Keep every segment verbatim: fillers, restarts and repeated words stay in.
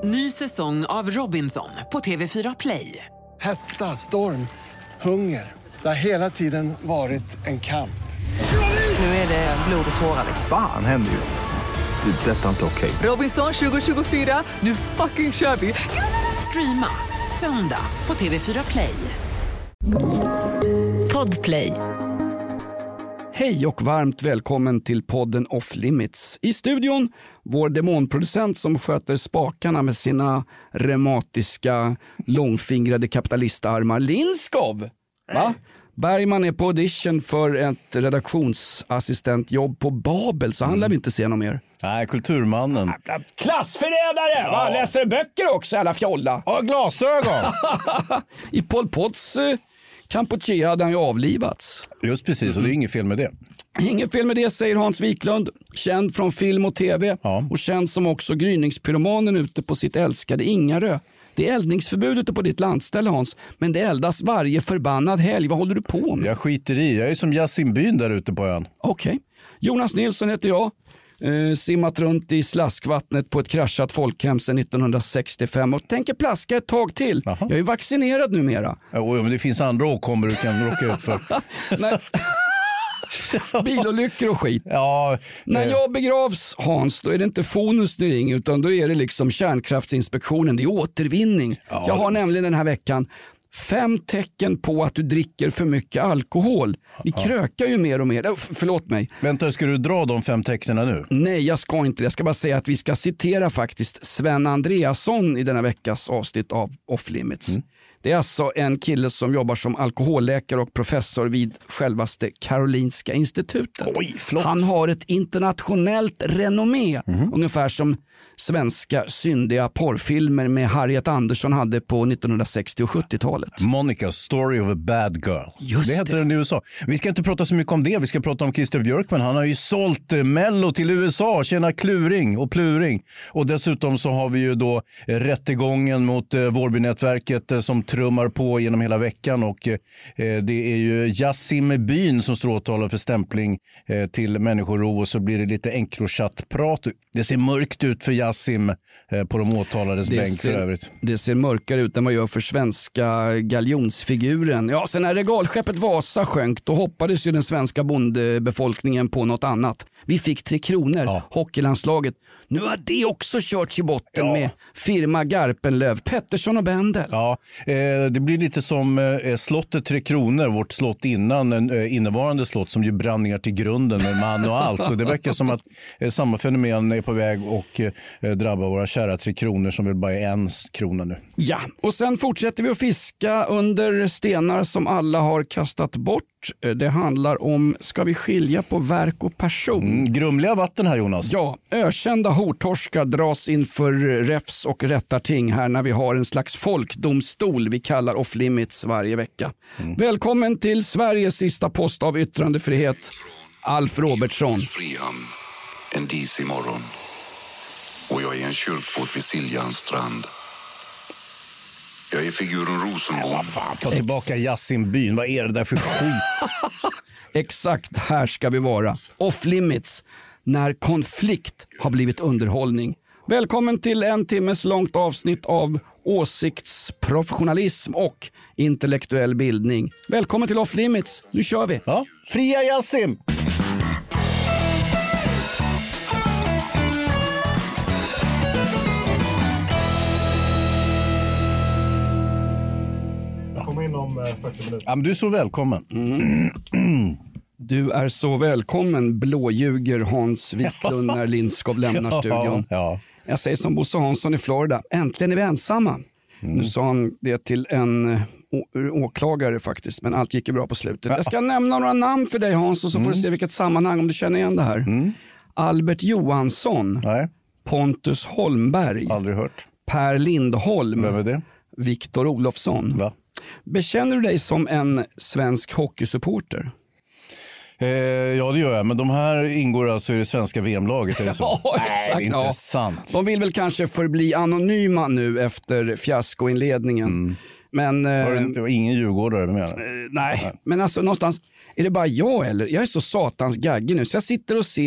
Ny säsong av Robinson på T V fyra Play. Hetta, storm, hunger. Det har hela tiden varit en kamp. Nu är det blod och tårar. Fan händer just det. Det är detta inte okej. Robinson tjugo tjugofyra, nu fucking kör vi. Streama söndag på T V fyra Play. Podplay. Hej och varmt välkommen till podden Off Limits. I studion, vår demonproducent som sköter spakarna med sina reumatiska, långfingrade kapitalistarmar, Lindskov. Va? Bergman är på audition för ett redaktionsassistentjobb på Babel, så han lär vi inte se någon mer. Nej, kulturmannen. Klassförrädare! Va? Läser böcker också, alla fjolla. Ja, glasögon! I Pol Pots eh, Kampuchea hade han ju avlivats. Just precis, mm. Och det är inget fel med det. Inget fel med det, säger Hans Wiklund. Känd från film och tv. Ja. Och känd som också gryningspyromanen ute på sitt älskade Ingarö. Det är eldningsförbud ute på ditt landställe, Hans. Men det eldas varje förbannad helg. Vad håller du på med? Jag skiter i. Jag är som Yasin Byn där ute på ön. Okej. Okay. Jonas Nilsson heter jag. Eh, simmat runt i slaskvattnet på ett kraschat folkhem sedan nittonhundrasextiofem och tänker plaska ett tag till. Aha. Jag är ju vaccinerad numera. Ja, men det finns andra åkommor du kan råka ut för. Nej. Bilolyckor och skit. Ja, När jag begravs, Hans, då är det inte Fonus det ringer, utan då är det liksom kärnkraftsinspektionen. Det är återvinning. Ja. Jag har nämligen den här veckan fem tecken på att du dricker för mycket alkohol. Vi ja. krökar ju mer och mer. Oh, förlåt mig. Vänta, ska du dra de fem tecknen nu? Nej, jag ska inte. Jag ska bara säga att vi ska citera faktiskt Sven Andreasson i denna veckas avsnitt av Off Limits. Mm. Det är alltså en kille som jobbar som alkoholläkare och professor vid självaste Karolinska institutet. Oj, flott. Han har ett internationellt renommé, mm. ungefär som svenska syndiga porrfilmer med Harriet Andersson hade på nittonhundrasextio- och sjuttiotalet. Monica, Story of a Bad Girl. Just det heter den i U S A. Vi ska inte prata så mycket om det. Vi ska prata om Christer Björkman. Han har ju sålt Mello till U S A. Tjäna kluring och pluring. Och dessutom så har vi ju då rättegången mot eh, Vårbynätverket eh, som trummar på genom hela veckan. Och eh, det är ju Yasin Byn som står åtalad för stämpling eh, till människorov. Och så blir det lite encrochat-prat. Det ser mörkt ut för Yasin eh, på de åtalades det bänk ser, för övrigt. Det ser mörkare ut än vad gör för svenska galjonsfiguren. Ja, sen när regalskeppet Vasa sjönk, då hoppades ju den svenska bondebefolkningen på något annat. Vi fick Tre Kronor, ja. Hockeylandslaget. Nu har det också körts i botten ja. med firma Garpenlöv, Pettersson och Bendel. Ja, eh, det blir lite som eh, slottet Tre Kronor, vårt slott innan eh, innevarande slott som ju brann ner till grunden med man och allt. Och det verkar som att eh, samma fenomen är på väg och eh, drabbar våra kära Tre Kronor som väl bara är en krona nu. Ja, och sen fortsätter vi att fiska under stenar som alla har kastat bort. Det handlar om, ska vi skilja på verk och person? Mm, grumliga vatten här, Jonas. Ja, ökända hortorskar dras inför räfs och rättarting här när vi har en slags folkdomstol vi kallar Off Limits varje vecka. Mm. Välkommen till Sveriges sista post av yttrandefrihet, Alf Robertsson. Frihamn, en disig morgon. Och jag är i en kyrkbåt vid Siljans strand. Jag är figuren Rosenbom. Ja, fan, ta tillbaka Yasin Byn. Vad är det där för skit? Exakt, här ska vi vara. Off Limits, när konflikt har blivit underhållning. Välkommen till en timmes långt avsnitt av åsiktsprofessionalism och intellektuell bildning. Välkommen till Off Limits. Nu kör vi. Ja, fria Yasin! fyrtio minuter. Ja, men du är så välkommen. Mm. Du är så välkommen, blåljuger Hans Wiklund när Lindskov lämnar studion. Ja. Jag säger som Bosse Hansson i Florida, äntligen är vi ensamma. Mm. Nu sa han det till en å- åklagare faktiskt, men allt gick ju bra på slutet. Jag ska nämna några namn för dig, Hans, och så får mm. du se vilket sammanhang, om du känner igen det här. Mm. Albert Johansson. Nej. Pontus Holmberg. Aldrig hört. Per Lindholm. Vem är det? Viktor Olofsson. Va? Bekänner du dig som en svensk hockeysupporter? Eh, ja, det gör jag. Men de här ingår alltså i det svenska V M-laget. Är det så? Ja, exakt. Nej, det är inte ja. sant. De vill väl kanske förbli anonyma nu efter fiaskoinledningen. Mm. Men, var det, det var ingen djurgårdare med? Eh, nej. nej, men alltså någonstans, är det bara jag eller? Jag är så satans gaggig nu så jag sitter och ser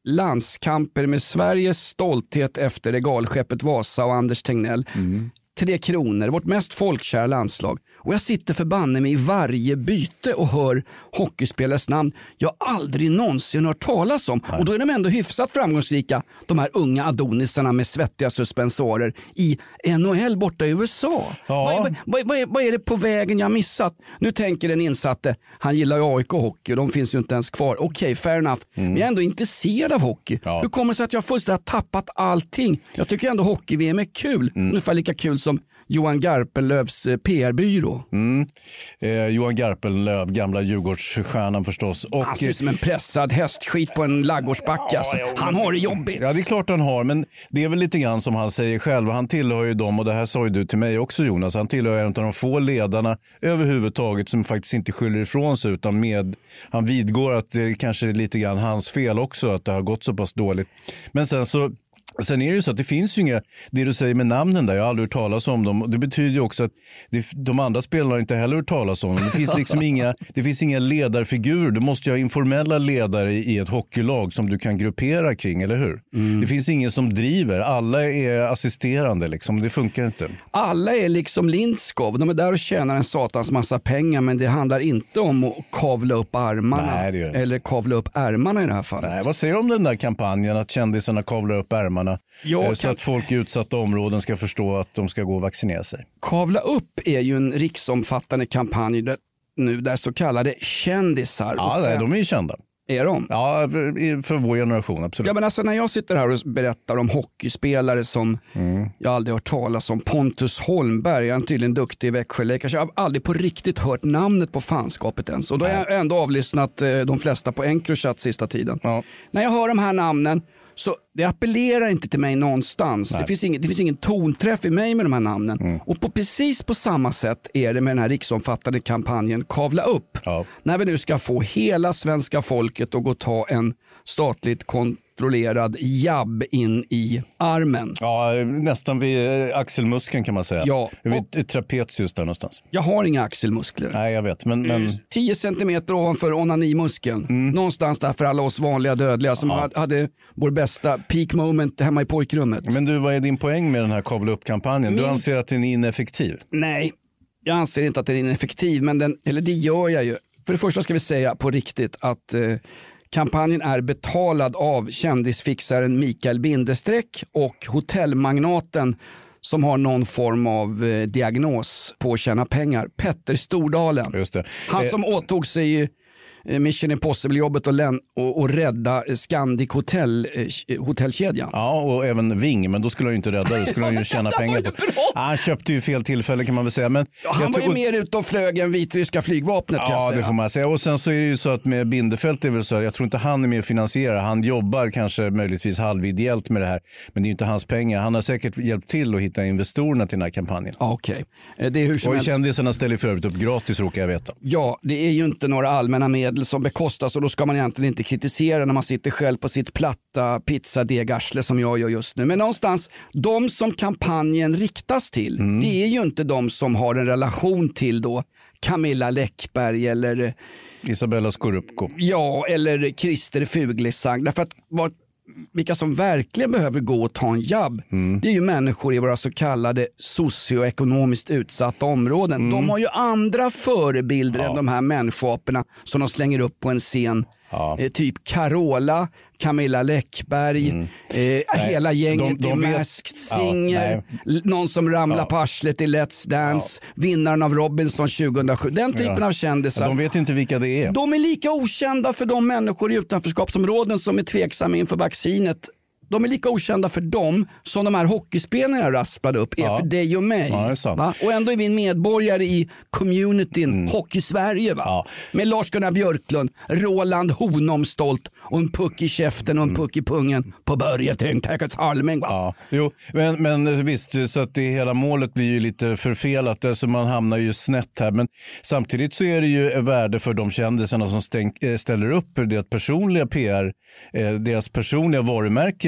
landskamper med Sveriges stolthet efter regalskeppet Vasa och Anders Tegnell. Mm. Tre Kronor, vårt mest folkkära landslag. Och jag sitter förbanne mig i varje byte och hör hockeyspelares namn jag aldrig någonsin hört talas om. Nej. Och då är de ändå hyfsat framgångsrika, de här unga adonisarna med svettiga suspensorer i N H L borta i U S A. Ja. Vad, vad, vad, vad, är, vad är det på vägen jag har missat? Nu tänker den insatte, han gillar ju A I K-hockey och de finns ju inte ens kvar. Okej, okay, fair enough. Mm. Men jag är ändå intresserad av hockey. Ja. Hur kommer det sig att jag fullständigt har tappat allting? Jag tycker ändå hockey-V M är kul. Mm. Ungefär lika kul som Johan Garpenlövs P R-byrå. Mm. Eh, Johan Garpenlöv, gamla Djurgårdsstjärnan förstås. Och, han ser ut som en pressad hästskit på en laggårdsbacke. Alltså. Ja, han har det jobbigt. Ja, det är klart han har, men det är väl lite grann som han säger själv. Han tillhör ju dem, och det här sa ju du till mig också, Jonas. Han tillhör en av de få ledarna överhuvudtaget som faktiskt inte skyller ifrån sig, utan med, han vidgår att det kanske är lite grann hans fel också att det har gått så pass dåligt. Men sen så Sen är det ju så att det finns ju inga, det du säger med namnen där, jag har aldrig hört talas om dem. Det betyder ju också att det, de andra spelarna har inte heller hört talas om dem. Det finns liksom inga, det finns inga ledarfigurer. Du måste ju ha informella ledare i ett hockeylag som du kan gruppera kring, eller hur? Mm. Det finns ingen som driver, alla är assisterande liksom, det funkar inte. Alla är liksom Lindskov, de är där och tjänar en satans massa pengar, men det handlar inte om att kavla upp armarna. Nej, det gör inte. Eller kavla upp ärmarna i det här fallet. Nej, vad säger du om den där kampanjen att kändisarna kavlar upp ärmarna? Jag så kan... att folk i utsatta områden ska förstå att de ska gå och vaccinera sig. Kavla upp är ju en riksomfattande kampanj där, nu där så kallade kändisar. Ja, fem... de är ju kända. Är de? Ja, för, för vår generation, absolut. Ja, men alltså när jag sitter här och berättar om hockeyspelare som mm. jag aldrig hört talas om. Pontus Holmberg, han är tydligen duktig i Växjö. Jag har aldrig på riktigt hört namnet på fanskapet ens. Och då har jag ändå avlyssnat eh, de flesta på Encrochat sista tiden. Ja. När jag hör de här namnen, så det appellerar inte till mig någonstans. Det finns, ingen, det finns ingen tonträff i mig med de här namnen. Mm. Och på precis på samma sätt är det med den här riksomfattande kampanjen Kavla upp. Ja. När vi nu ska få hela svenska folket att gå och ta en statligt kontrollerad jabb in i armen. Ja, nästan vid axelmuskeln kan man säga. Ja. Vid trapezius där någonstans. Jag har inga axelmuskler. Nej, jag vet. Men, men... tio centimeter ovanför onanimuskeln. Mm. Någonstans där för alla oss vanliga dödliga som ja. hade vår bästa peak moment hemma i pojkrummet. Men du, vad är din poäng med den här kavla upp-kampanjen? Min... Du anser att den är ineffektiv? Nej, jag anser inte att den är ineffektiv. Men den, eller det gör jag ju. För det första ska vi säga på riktigt att eh, kampanjen är betalad av kändisfixaren Mikael Bindesträck och hotellmagnaten som har någon form av eh, diagnos på att tjäna pengar, Petter Stordalen. Just det. Han som eh... åtog sig Mission Impossible-jobbet och, och, och rädda Scandic Hotel, eh, hotellkedjan. Ja, och även Ving, men då skulle han ju inte rädda det. Skulle han ju tjäna pengar på. Ja, han köpte ju fel tillfälle kan man väl säga. Men ja, han var ju och... mer ute och flög än vitryska flygvapnet ja, kan jag säga. Ja, det får man säga. Och sen så är det ju så att med Bindefält är väl så, jag tror inte han är med och finansierar. Han jobbar kanske möjligtvis halvideellt med det här. Men det är ju inte hans pengar. Han har säkert hjälpt till att hitta investorerna till den här kampanjen. Okej. Okay. Det är hur som och helst... kändisarna ställer för övrigt upp gratis, råkar jag veta. Ja, det är ju inte några allmänna medel som bekostas och då ska man egentligen inte kritisera när man sitter själv på sitt platta pizzadegarsle som jag gör just nu. Men någonstans, de som kampanjen riktas till, mm. det är ju inte de som har en relation till då Camilla Läckberg eller Isabella Scorupco. Ja, eller Christer Fuglesang. Därför att vad vilka som verkligen behöver gå och ta en jabb, mm. det är ju människor i våra så kallade socioekonomiskt utsatta områden. Mm. De har ju andra förebilder ja. än de här människoaporna som de slänger upp på en scen. Ja. Eh, typ Carola, Camilla Läckberg, mm. eh, hela gänget de, de i Masked Singer, ja, någon som ramlar ja. på arslet i Let's Dance, ja. vinnaren av Robinson tjugohundrasju. Den typen ja. av kändisar. Ja, de vet inte vilka det är. De är lika okända för de människor i utanförskapsområden som är tveksamma inför vaccinet. De är lika okända för dem som de här hockeyspelarna jag rasplade upp är ja. för dig och mig. Ja, va? Och ändå är vi en medborgare i communityn mm. Hockey-Sverige. Va? Ja. Med Lars-Gunnar Björklund, Roland Honomstolt och en puck i käften och en puck i pungen på Börje Tänktäckets Halming. Va? Ja. Jo, men, men visst, så att det hela målet blir ju lite förfelat. Alltså man hamnar ju snett här. Men samtidigt så är det ju värde för de kändisarna som stäng, ställer upp deras personliga P R, deras personliga varumärke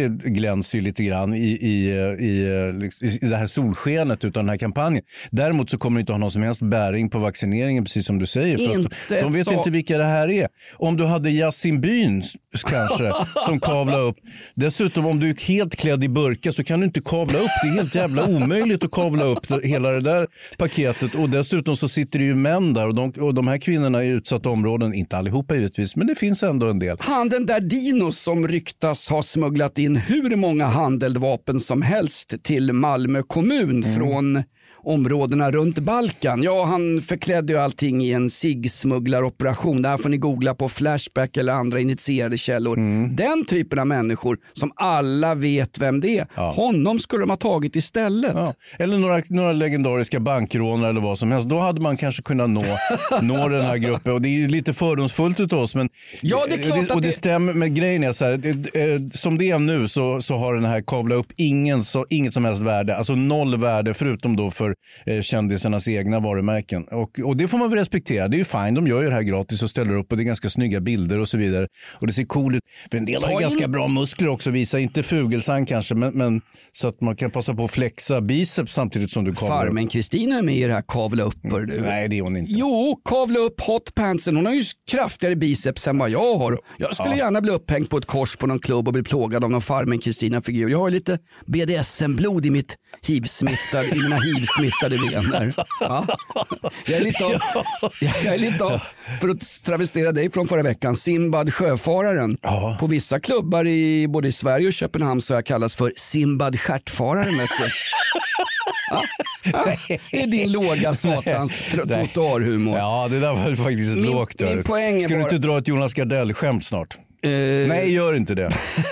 glänser ju lite grann i, i, i, i det här solskenet utan den här kampanjen. Däremot så kommer det inte ha någon som helst bäring på vaccineringen, precis som du säger. För att de vet så... inte vilka det här är. Om du hade Yasin Byn kanske som kavla upp. Dessutom om du är helt klädd i burka så kan du inte kavla upp. Det är helt jävla omöjligt att kavla upp det, hela det där paketet. Och dessutom så sitter det ju män där och de, och de här kvinnorna i utsatta områden, inte allihopa givetvis, men det finns ändå en del. Han den där Dino som ryktas ha smugglat in hur många handeldvapen som helst till Malmö kommun mm. från områdena runt Balkan. Ja, han förklädde ju allting i en sig-smugglaroperation. Det här får ni googla på Flashback eller andra initierade källor. Mm. Den typen av människor som alla vet vem det är. Ja. Honom skulle de ha tagit istället. Ja. Eller några, några legendariska bankrånare eller vad som helst. Då hade man kanske kunnat nå, nå den här gruppen. Och det är lite fördomsfullt utav oss. Men, ja, det är klart det, och det, det stämmer med grejen är så här, det, som det är nu så, så har den här kavla upp ingen, så, inget som helst värde. Alltså noll värde förutom då för eh, kändisarnas egna varumärken. Och, och det får man väl respektera. Det är ju fine, de gör ju det här gratis och ställer upp och det är ganska snygga bilder och så vidare. Och det ser cool ut. För en del har ju ganska bra muskler också, visa inte fugelsang kanske, men, men så att man kan passa på att flexa biceps samtidigt som du kavlar upp. Farmen Kristina är med i det här kavla upp. Mm. Du. Nej, det är hon inte. Jo, kavla upp hotpantsen. Hon har ju kraftigare biceps än vad jag har. Jag skulle ja. gärna bli upphängd på ett kors på någon klubb och bli plågad av någon Farmen Kristina-figur. Jag har lite B D S M-blod i mitt hiv-smittade, i mina hiv-smittade vener. Ja. Jag är lite av, jag är lite av, för att travestera dig från förra veckan, Simbad sjöfararen. Ja. På vissa klubbar i både i Sverige och Köpenhamn så jag kallas för Simbad stjärtfararen. Ja. Ja. Det är din låga satans trottoarhumor. Ja, det där var faktiskt ett min, lågt. Min poäng Ska är du bara... inte dra ett Jonas Gardell-skämt snart? Uh... Nej, gör inte det.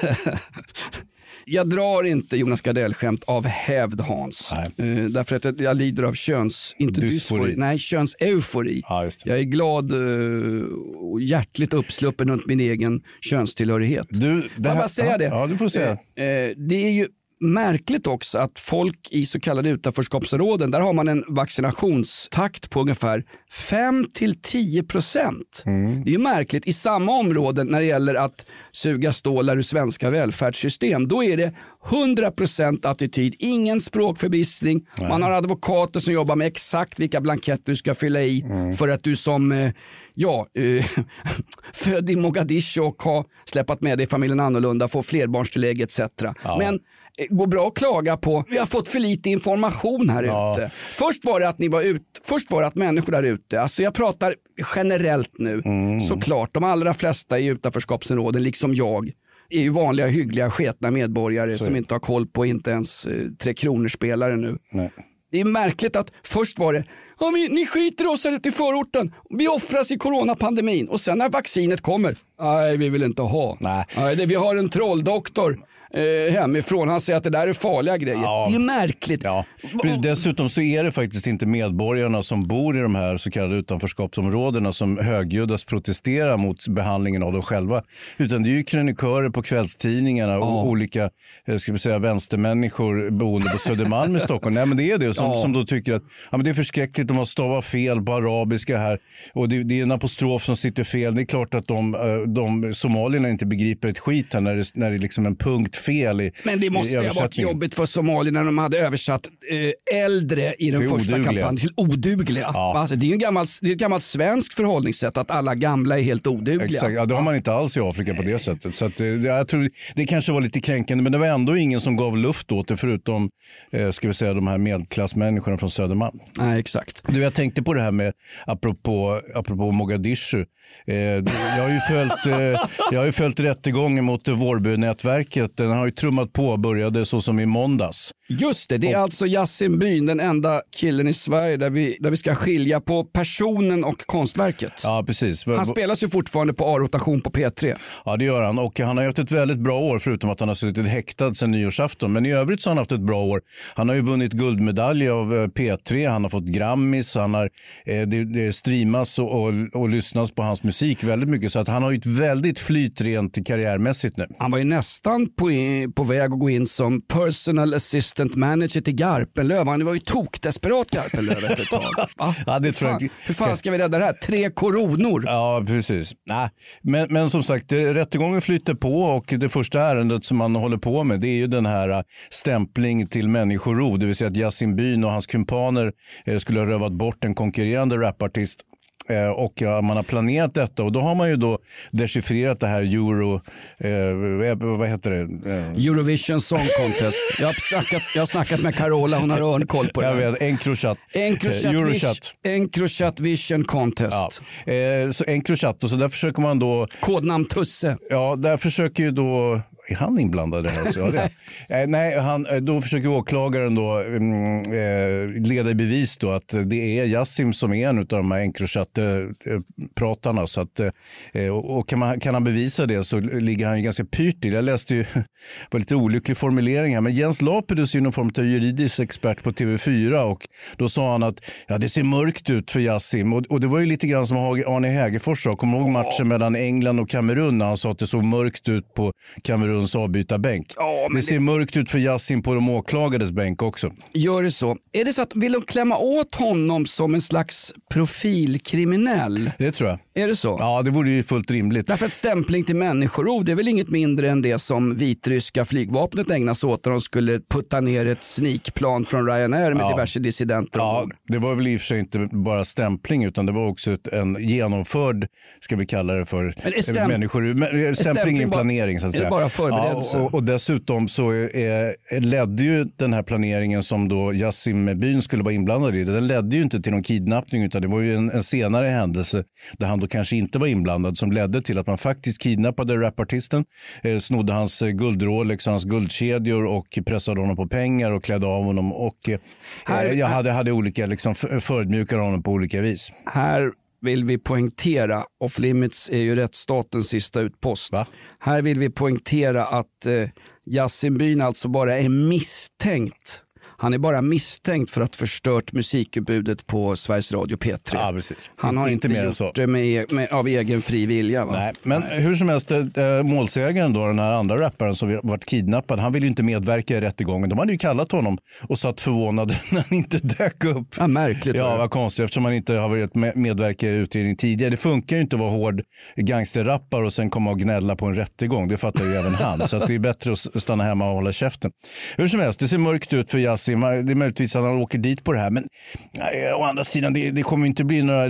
Jag drar inte Jonas Gardell-skämt av hävd, Hans. Uh, därför att jag lider av köns... Inte dysfori. Nej, könseufori. Ja, jag är glad uh, och hjärtligt uppsluppen runt min egen könstillhörighet. Du, det får jag bara säga ja, det? Ja, du får säga. Uh, det är ju märkligt också att folk i så kallade utanförskapsområden, där har man en vaccinationstakt på ungefär fem till tio procent. Mm. Det är ju märkligt. I samma områden när det gäller att suga stålar ur svenska välfärdssystem, då är det hundra procent attityd, ingen språkförbistring. Nej. Man har advokater som jobbar med exakt vilka blanketter du ska fylla i mm. för att du som ja, uh, född i Mogadishu och har släppt med dig familjen annorlunda, får flerbarnstillägg et cetera. Ja. Men går bra att klaga på, vi har fått för lite information här ja. ute. Först var det att ni var ut, först var det att människor där ute, alltså jag pratar generellt nu, mm. såklart, de allra flesta i utanförskapsområden, liksom jag, är ju vanliga, hyggliga, sketna medborgare så. Som inte har koll på inte ens eh, tre kronor spelare nu. Nej. Det är märkligt att först var det, ja, vi, ni skiter oss här ute i förorten, vi offras i coronapandemin, och sen när vaccinet kommer, nej vi vill inte ha. Nej. Nej, det, vi har en trolldoktor Eh, hemifrån, han säger att det där är farliga grejer. Ja. Det är märkligt. Ja. Dessutom så är det faktiskt inte medborgarna som bor i de här så kallade utanförskapsområdena som högljuddast protesterar mot behandlingen av dem själva, utan det är ju krönikörer på kvällstidningarna och oh. olika ska vi säga, vänstermänniskor boende på Södermalm i Stockholm. Nej, men det är det som, oh. som då tycker att ja, men det är förskräckligt, de har stavat fel på arabiska här och det, det är en apostrof som sitter fel. Det är klart att de, de somalierna inte begriper ett skit här när det, när det är liksom en punkt fel i, men det måste ha varit jobbigt för Somalia när de hade översatt eh, äldre i den till första odugliga. kampanjen till odugliga. Ja. Alltså, det är ju gammalt, det är ett gammalt svenskt förhållningssätt att alla gamla är helt odugliga. Exakt, ja, det har man inte alls i Afrika på det sättet. Så att, jag tror det kanske var lite kränkande, men det var ändå ingen som gav luft åt det förutom eh, ska vi säga, de här medelklassmänniskorna från Södermalm. Nej, exakt. Du, jag tänkte på det här med apropå, apropå Mogadishu. Eh, jag har ju följt, eh, jag har ju följt rättegången mot Vårbynätverket. Den har ju trummat på, började så som i måndags. Just det, det är och, alltså Yasin Byn, den enda killen i Sverige där vi, där vi ska skilja på personen och konstverket. Ja, precis. Han spelas ju fortfarande på A-rotation på P tre. Ja, det gör han, och han har haft ett väldigt bra år förutom att han har suttit häktad sedan nyårsafton. Men i övrigt så har han haft ett bra år. Han har ju vunnit guldmedalj av P tre, han har fått Grammis, han har, eh, det, det streamas och, och, och lyssnas på hans musik väldigt mycket, så att han har ju ett väldigt flytrent karriärmässigt nu. Han var ju nästan på, på väg att gå in som personal assistant assistant manager till Garpenlöv. Han var ju tokdesperat Garpenlöv ett tag. Ah, ja, det hur, tror fan, jag... hur fan ska vi rädda det här? Tre koronor. Ja, precis. Nej, men, men som sagt, rättegången flyter på och det första ärendet som man håller på med det är ju den här stämpling till människorov. Det vill säga att Yasin Byn och hans kumpaner skulle ha rövat bort en konkurrerande rapartist. Och ja, man har planerat detta och då har man ju då dechiffrerat det här Euro, eh, vad heter det? Eh. Eurovision Song Contest. Jag har snackat, jag har snackat med Carola, hon har örnkoll på det. Jag vet, Encrochat. Encrochat, eh, Eurochat. Encrochat Vision Contest. Ja. Eh, så Encrochat, och så där försöker man då... Kodnamn Tusse. Ja, där försöker ju då... Är han inblandad här också? Ja, det. eh, nej, han, då försöker åklagaren då mm, eh, leda i bevis då att det är Yasin som är en av de här Encrochat-pratarna. Så att, eh, och kan, man, kan han bevisa det så ligger han ju ganska pyrt till. Jag läste ju på lite olycklig formulering här, men Jens Lapidus är ju någon form av juridisk expert på T V fyra och då sa han att ja, det ser mörkt ut för Yasin. Och, och det var ju lite grann som Arne Hägerfors sa. Kommer du ihåg matchen mellan England och Kamerun när han sa att det såg mörkt ut på Kamerun avbytarbänk. Ja, det ser det... mörkt ut för Yasin på de åklagades bänk också. Gör det så. Är det så att vill de klämma åt honom som en slags profilkriminell? Det tror jag. Är det så? Ja, det vore ju fullt rimligt. Därför att stämpling till människorov, det är väl inget mindre än det som vitryska flygvapnet ägnar sig åt när de skulle putta ner ett snikplan från Ryanair med ja. diverse dissidenter. Ja, det var väl i och för sig inte bara stämpling utan det var också ett, en genomförd, ska vi kalla det för, Men är stäm... människor. Stämpling, stämpling i en planering så att säga. Är det bara förberedelse? Ja, och, och dessutom så är, ledde ju den här planeringen som då Yasin Byn skulle vara inblandad i, den ledde ju inte till någon kidnappning utan det var ju en, en senare händelse där han då kanske inte var inblandad som ledde till att man faktiskt kidnappade rapartisten, eh, snodde hans guldrolex, hans guldkedjor och pressade honom på pengar och klädde av honom och eh, här, jag hade, hade olika liksom förödmjukade honom på olika vis. Här vill vi poängtera, Off Limits är ju rättsstatens sista utpost. Va? Här vill vi poängtera att eh, Yasin Byn alltså bara är misstänkt. Han är bara misstänkt för att förstört musikutbudet på Sveriges Radio P tre. Ja, precis. Han har inte, inte gjort så. det med, med, av egen fri vilja. Va? Nej, men Nej. hur som helst, äh, målsägaren då, den här andra rapparen som varit kidnappad, han ville ju inte medverka i rättegången. De hade ju kallat honom och satt förvånad när han inte dök upp. Ja, märkligt. Ja, vad konstigt eftersom han inte har varit med, medverka i utredning tidigare. Det funkar ju inte att vara hård gangsterrappar och sen komma och gnälla på en rättegång. Det fattar ju även han. Så att det är bättre att stanna hemma och hålla käften. Hur som helst, det ser mörkt ut för Yasin. Det är möjligtvis att han åker dit på det här. Men å andra sidan, det, det kommer inte bli några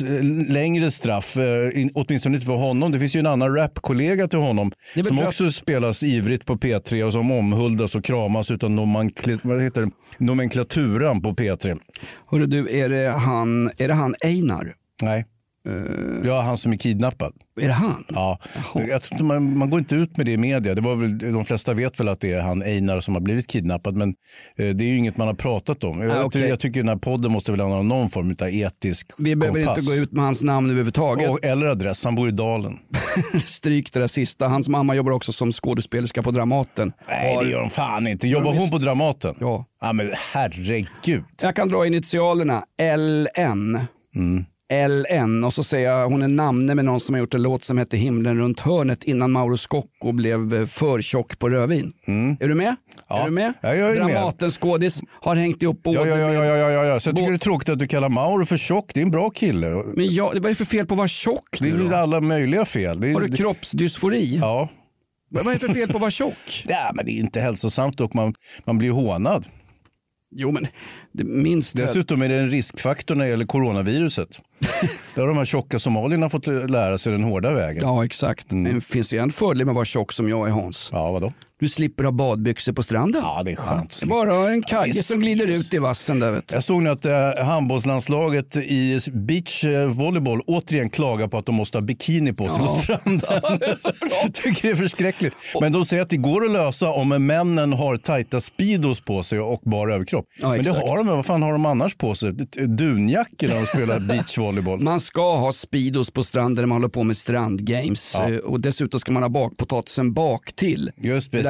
längre straff. Åtminstone inte för honom. Det finns ju en annan rap-kollega till honom som också att... spelas ivrigt på P tre och som omhuldas och kramas utan nomenkl... vad heter det? nomenklaturan på P tre. Hörru du, är det han, är det han Einar? Nej. Uh, ja, han som är kidnappad. Är det han? Ja, jag tror man, man går inte ut med det i media. Det var väl, de flesta vet väl att det är han Einar som har blivit kidnappad, men eh, det är ju inget man har pratat om. Jag, ah, okay. jag tycker den här podden måste väl ha någon form av etisk Vi behöver kompass. Inte gå ut med hans namn överhuvudtaget. Och, eller adress, han bor i Dalen. Stryk det där sista. Hans mamma jobbar också som skådespelerska på Dramaten. Nej, Har... det gör de fan inte. Jobbar hon på Dramaten? Ja. Ja, men herregud. Jag kan dra initialerna L N. Mm. L N och så säger jag hon är namne med någon som har gjort en låt som heter Himlen runt hörnet innan Mauro Scocco blev för tjock på rödvin. Mm. Är du med? Ja. Är du med? Ja, jag är Dramatens skådis har hängt ihop både ja, ja, ja, ja, ja, ja, ja. Så jag tycker Bo... det är tråkigt att du kallar Mauro för tjock. Det är en bra kille. Men ja, vad är det för fel på att vara tjock? Det är nu, alla möjliga fel. Det är... Har du kroppsdysfori? Ja. Vad är det för fel på att vara tjock? Ja, men det är inte hälsosamt och man, man blir hånad. Jo, men det minst... Dessutom är det en riskfaktor när det gäller coronaviruset. Där har de här tjocka somalierna fått lära sig den hårda vägen. Ja, exakt. Mm. Det finns ju en fördel med att vara tjock som jag är, Hans. Ja, vadå? Du slipper ha badbyxor på stranden. Ja, det är skönt. Ja, bara en kagge ja, som glider ut i vassen där, vet du. Jag såg nu att eh, handbollslandslaget i beachvolleyboll eh, återigen klagar på att de måste ha bikini på sig ja. på stranden. Ja, det är så bra. Jag tycker det är förskräckligt. Men de säger att det går att lösa om männen har tajta speedos på sig och bara överkropp. Ja, men exakt. Det har de, vad fan har de annars på sig? Dunjackor när de spelar beachvolleyboll. Man ska ha speedos på stranden när man håller på med strandgames. Ja. Och dessutom ska man ha bakpotatisen bak till. Just precis.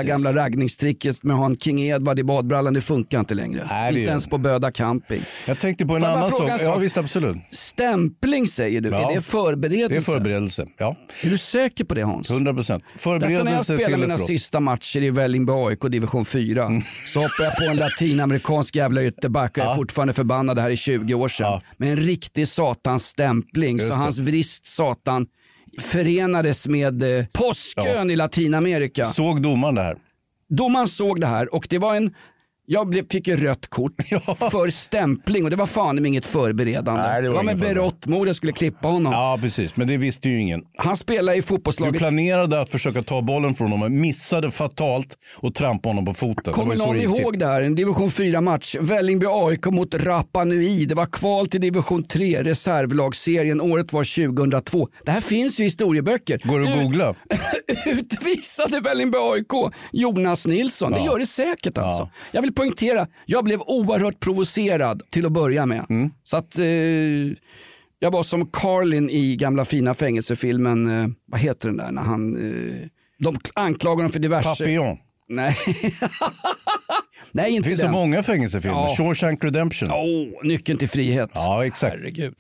där gamla raggningstricket med att ha en King Edward i badbrallan, det funkar inte längre. Nej, inte ens på Böda camping. Jag tänkte på en annan sak. Ja, visst, absolut. Stämpling säger du, ja. är det förberedelse? Det är förberedelse, ja. Är du säker på det, Hans? hundra procent. Förberedelse när jag spelar mina sista matcher i Vällingby A I K division fyra mm. så hoppar jag på en latinamerikansk jävla ytterback och ja. är fortfarande förbannad, det här i tjugo år sedan. Ja. Med en riktig satans stämpling. Just så det. Hans vrist satan förenades med eh, påskön ja. i Latinamerika. Såg domaren det här? Domaren såg det här och det var en... Jag blev, fick ju rött kort ja. för stämpling och det var fan inget förberedande. Nej, det var, det var med berått mod jag skulle klippa honom. Ja, precis. Men det visste ju ingen. Han spelade i fotbollslaget. Du planerade att försöka ta bollen från honom, missade fatalt och trampa honom på foten. Kommer någon ihåg det här? En division fyra match. Vällingby A I K mot Rapa Nui. Det var kval till division tre, reservlagsserien. Året var tjugohundratvå. Det här finns ju i historieböcker. Går det att googla? Utvisade Vällingby A I K Jonas Nilsson. Ja. Det gör det säkert alltså. Ja. Jag vill poängtera, jag blev oerhört provocerad till att börja med. Mm. Så att eh, jag var som Carlin i gamla fina fängelsefilmen, eh, vad heter den där när han, eh, de anklagar honom för diverse... Papillon. Nej. Nej, inte det finns den. Så många fängelsefilmer. Ja. Shawshank Redemption. Oh, nyckeln till frihet. Ja, exakt. Herregud.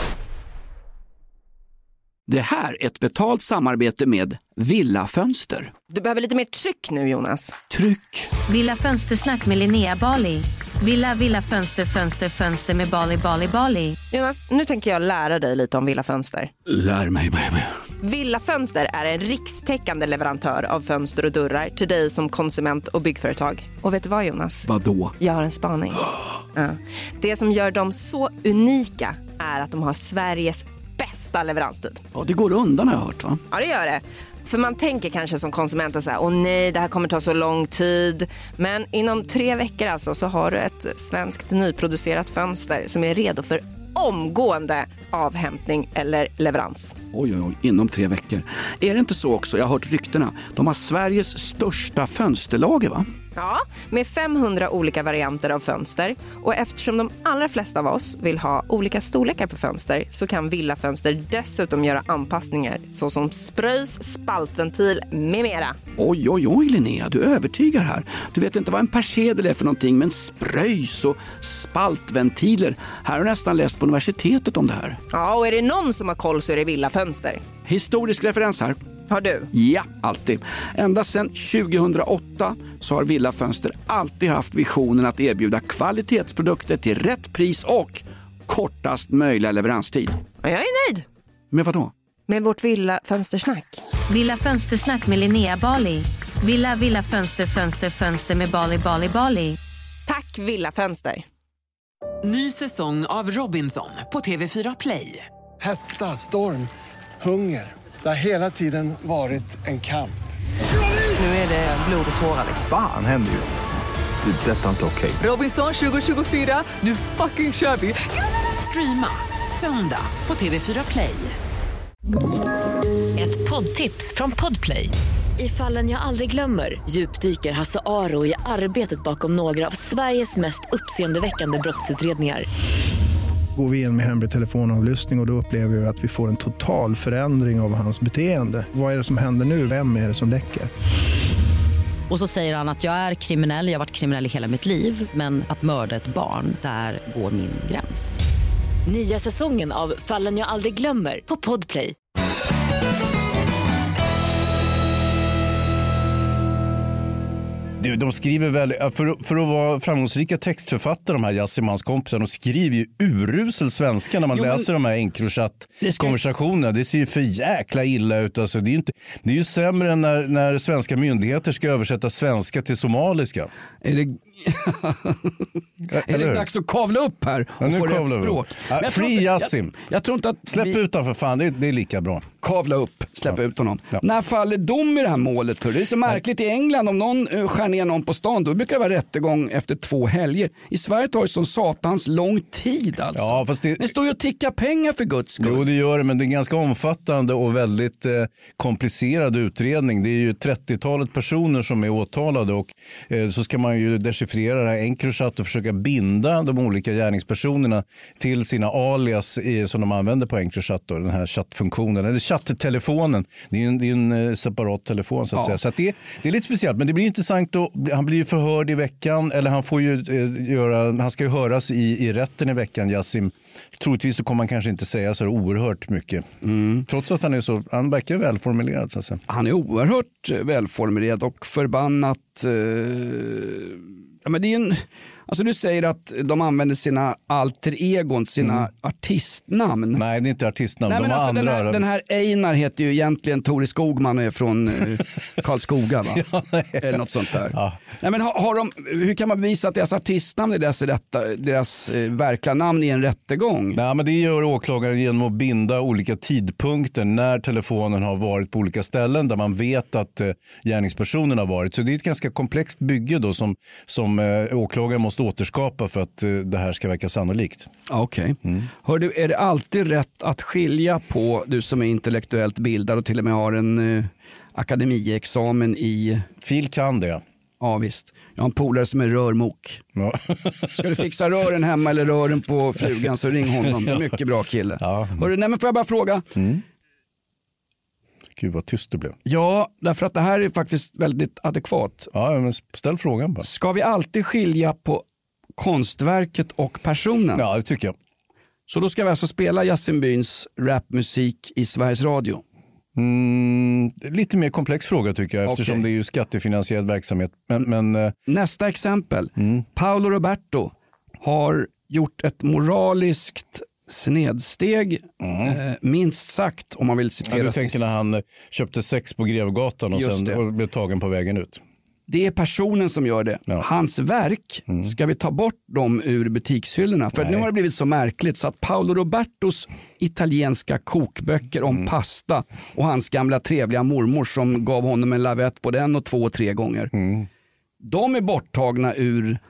Det här är ett betalt samarbete med Villa Fönster. Du behöver lite mer tryck nu, Jonas. Tryck. Villa Fönstersnack med Linnea Bali. Villa, Villa Fönster, Fönster, Fönster med Bali, Bali, Bali. Jonas, nu tänker jag lära dig lite om Villa Fönster. Lär mig, baby. Villa Fönster är en rikstäckande leverantör av fönster och dörrar till dig som konsument och byggföretag. Och vet du vad, Jonas? Vadå? Jag har en spaning. Ja. Det som gör dem så unika är att de har Sveriges bästa leveranstid. Ja, det går undan har jag hört, va? Ja, det gör det. För man tänker kanske som konsument så här, åh nej, det här kommer ta så lång tid. Men inom tre veckor alltså så har du ett svenskt nyproducerat fönster som är redo för omgående avhämtning eller leverans. Oj, oj, oj, inom tre veckor. Är det inte så också, jag har hört ryktena, de har Sveriges största fönsterlager, va? Ja, med femhundra olika varianter av fönster. Och eftersom de allra flesta av oss vill ha olika storlekar på fönster så kan Villa Fönster dessutom göra anpassningar såsom spröjs, spaltventil med mera. Oj, oj, oj Linnea, du övertygar här. Du vet inte vad en persedel är för någonting, men spröjs och spaltventiler. Här har jag nästan läst på universitetet om det här. Ja, och är det någon som har koll så är det Villa Fönster. Historisk referens här. Har du? Ja, alltid. Ända sedan tjugohundraåtta så har Villa Fönster alltid haft visionen att erbjuda kvalitetsprodukter till rätt pris och kortast möjliga leveranstid. Jag är nöjd. Med vad då? Med vårt Villa Fönstersnack. Villa Fönstersnack med Linnea Bali. Villa, Villa Fönster, Fönster, Fönster med Bali, Bali, Bali. Tack Villa Fönster. Ny säsong av Robinson på T V fyra Play. Hetta, storm, hunger. Det har hela tiden varit en kamp. Nu är det blod och tårar. Fan händer just det. Det är detta inte okej. Robinson tjugo tjugofyra, nu fucking kör vi. Streama söndag på T V fyra Play. Ett poddtips från Podplay. I Fallen jag aldrig glömmer djupdyker Hasse Aro i arbetet bakom några av Sveriges mest uppseendeväckande brottsutredningar. Går vi in med hemlig telefonavlyssning och, och då upplever vi att vi får en total förändring av hans beteende. Vad är det som händer nu? Vem är det som läcker? Och så säger han att jag är kriminell, jag har varit kriminell i hela mitt liv. Men att mörda ett barn, där går min gräns. Nya säsongen av Fallen jag aldrig glömmer på Podplay. Du, de skriver väl, för, för att vara framgångsrika textförfattare, de här Yassimans kompisar, de skriver ju urusel svenska när man jo, läser de här Encrochat-konversationerna. Det ser ju för jäkla illa ut. Alltså, det är ju inte, det är ju sämre än när, när svenska myndigheter ska översätta svenska till somaliska. Är det, är det dags att kavla upp här och ja, få rätt språk? Ja, Free Yassim. Jag, jag tror inte att Släpp vi... ut honom för fan, det är, det är lika bra. Kavla upp, släppa ja. ut honom. Ja. När faller dom i det här målet? Hör? Det är så märkligt. I England, om någon uh, skär ner någon på stan, då brukar det vara rättegång efter två helger. I Sverige tar det som satans lång tid alltså. Ja, fast det... det står ju att ticka pengar för Guds skull. Jo, det gör det, men det är en ganska omfattande och väldigt eh, komplicerad utredning. Det är ju trettiotalet personer som är åtalade och eh, så ska man ju dechiffrera det här Encrochat och försöka binda de olika gärningspersonerna till sina alias i, som de använder på Encrochat, då, den här chattfunktionen, eller chatttelefonen. Det är en, det är en separat telefon så att Ja. säga. Så att det, det är lite speciellt, men det blir intressant då. Han blir ju förhörd i veckan, eller han får ju eh, göra, han ska ju höras i, i rätten i veckan, Yassim. Troligtvis så kommer han kanske inte säga så oerhört mycket. Mm. Trots att han är så, han verkar välformulerad så att säga. Han är oerhört välformulerad och förbannat. Eh, ja, men det är en, alltså du säger att de använder sina alter egon, sina mm. artistnamn. Nej, det är inte artistnamn. Nej, de men har alltså andra. Den här, den här Einar heter ju egentligen Tore Skogman och är från eh, Karlskoga, va? Ja, nej. Eller något sånt där. Ja. Nej, men har, har de, hur kan man visa att deras artistnamn är deras, rätta, deras eh, verkliga namn i en rättegång? Nej, men det gör åklagaren genom att binda olika tidpunkter när telefonen har varit på olika ställen där man vet att eh, gärningspersonen har varit. Så det är ett ganska komplext bygge då som, som eh, åklagaren måste återskapa för att eh, det här ska verka sannolikt. Okej. Okay. Mm. Hör du, är det alltid rätt att skilja på, du som är intellektuellt bildad och till och med har en eh, akademiexamen i... Fil kan det. Ja visst. Jag har en polare som är rörmok. Ja. Ska du fixa rören hemma eller rören på frugan så ring honom. Mycket bra kille. Ja. Hör du, nej men får jag bara fråga? Mm. Gud vad tyst det blev. Ja, därför att det här är faktiskt väldigt adekvat. Ja, men ställ frågan bara. Ska vi alltid skilja på konstverket och personen? Ja, det tycker jag. Så då ska vi alltså spela Yassim Byns rapmusik i Sveriges Radio? Mm, lite mer komplex fråga tycker jag, eftersom okay. det är ju skattefinansierad verksamhet. Men, men, Nästa exempel. Mm. Paolo Roberto har gjort ett moraliskt snedsteg, mm. eh, minst sagt, om man vill citera. Ja, du tänker när han köpte sex på Grevgatan och Just sen och blev tagen på vägen ut. Det är personen som gör det. Ja. Hans verk, mm. ska vi ta bort dem ur butikshyllorna? För nu har det blivit så märkligt så att Paolo Robertos italienska kokböcker om mm. pasta och hans gamla trevliga mormor som gav honom en lavett både en och två och tre gånger. Mm. De är borttagna ur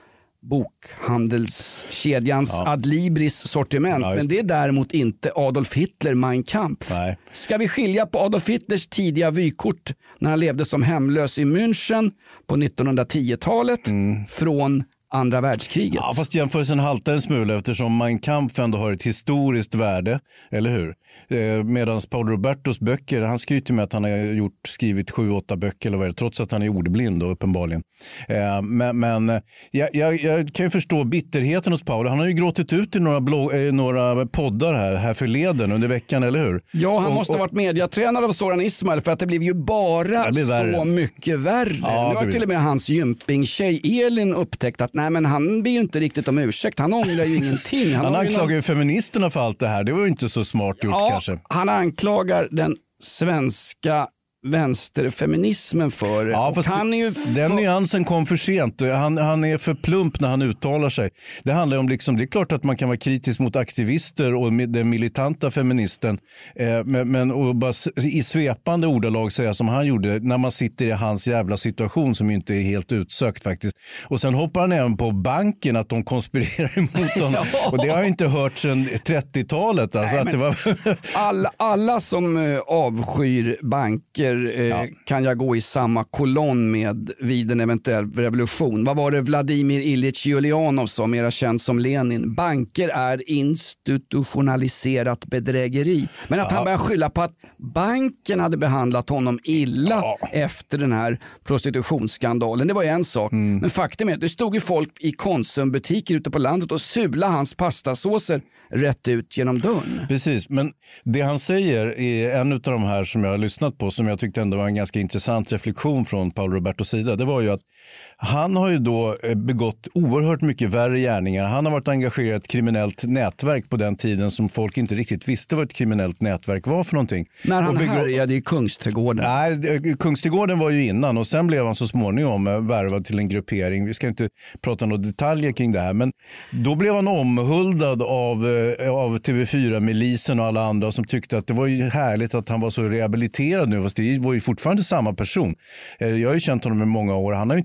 bokhandelskedjans ja. Adlibris sortiment, ja, men det är däremot inte Adolf Hitler Mein Kampf. Nej. Ska vi skilja på Adolf Hitlers tidiga vykort när han levde som hemlös i München på nittonhundratio-talet mm. från andra världskriget? Ja, fast jämförelsen haltar en smula eftersom Mein Kampf ändå har ett historiskt värde, eller hur? Eh, Medan Paolo Robertos böcker, han skryter med att han har gjort, skrivit sju, åtta böcker eller vad det är, trots att han är ordblind då, uppenbarligen. Eh, men men jag, jag, jag kan ju förstå bitterheten hos Paolo. Han har ju gråtit ut i några, blå, eh, några poddar här, här förleden under veckan, eller hur? Ja, han och, måste ha varit mediatränad av Soran Ismail för att det blev ju bara så mycket värre. Ja, nu har till och med hans gympingtjej Elin upptäckt att nej, men han ber ju inte riktigt om ursäkt. Han ångrar ju ingenting. Han, han anklagar ju feministerna för allt det här. Det var ju inte så smart gjort ja, kanske. Han anklagar den svenska vänsterfeminismen för. Ja, fast han är ju för... Den nyansen kom för sent. Han, han är för plump när han uttalar sig. Det handlar om liksom, det är klart att man kan vara kritisk mot aktivister och den militanta feministen. Eh, men men och bara i svepande ordalag säga som han gjorde när man sitter i hans jävla situation som inte är helt utsökt faktiskt. Och sen hoppar han även på banken att de konspirerar emot honom. Ja. Och det har jag inte hört sedan trettiotalet. Alltså. Nej, att det var... alla, alla som uh, avskyr banker Ja. kan jag gå i samma kolonn med vid en eventuell revolution. Vad var det Vladimir Ilyich Ulyanov som mera känd som Lenin? Banker är institutionaliserat bedrägeri. Men att ja. han börjar skylla på att banken hade behandlat honom illa ja. efter den här prostitutionsskandalen. Det var ju en sak. Mm. Men faktum är att det stod ju folk i Konsumbutiker ute på landet och sula hans pastasåser rätt ut genom dörren. Precis, men det han säger är en av de här som jag har lyssnat på som jag tyckte ändå var en ganska intressant reflektion från Paolo Robertos sida. Det var ju att han har ju då begått oerhört mycket värre gärningar. Han har varit engagerad i ett kriminellt nätverk på den tiden som folk inte riktigt visste vad ett kriminellt nätverk var för någonting. När han begå... härjade i Kungsträdgården? Nej, Kungsträdgården var ju innan och sen blev han så småningom värvad till en gruppering. Vi ska inte prata några detaljer kring det här, men då blev han omhuldad av, av T V fyra-milisen och alla andra som tyckte att det var ju härligt att han var så rehabiliterad nu. Fast det var ju fortfarande samma person. Jag har ju känt honom i många år. Han har ju inte förändrats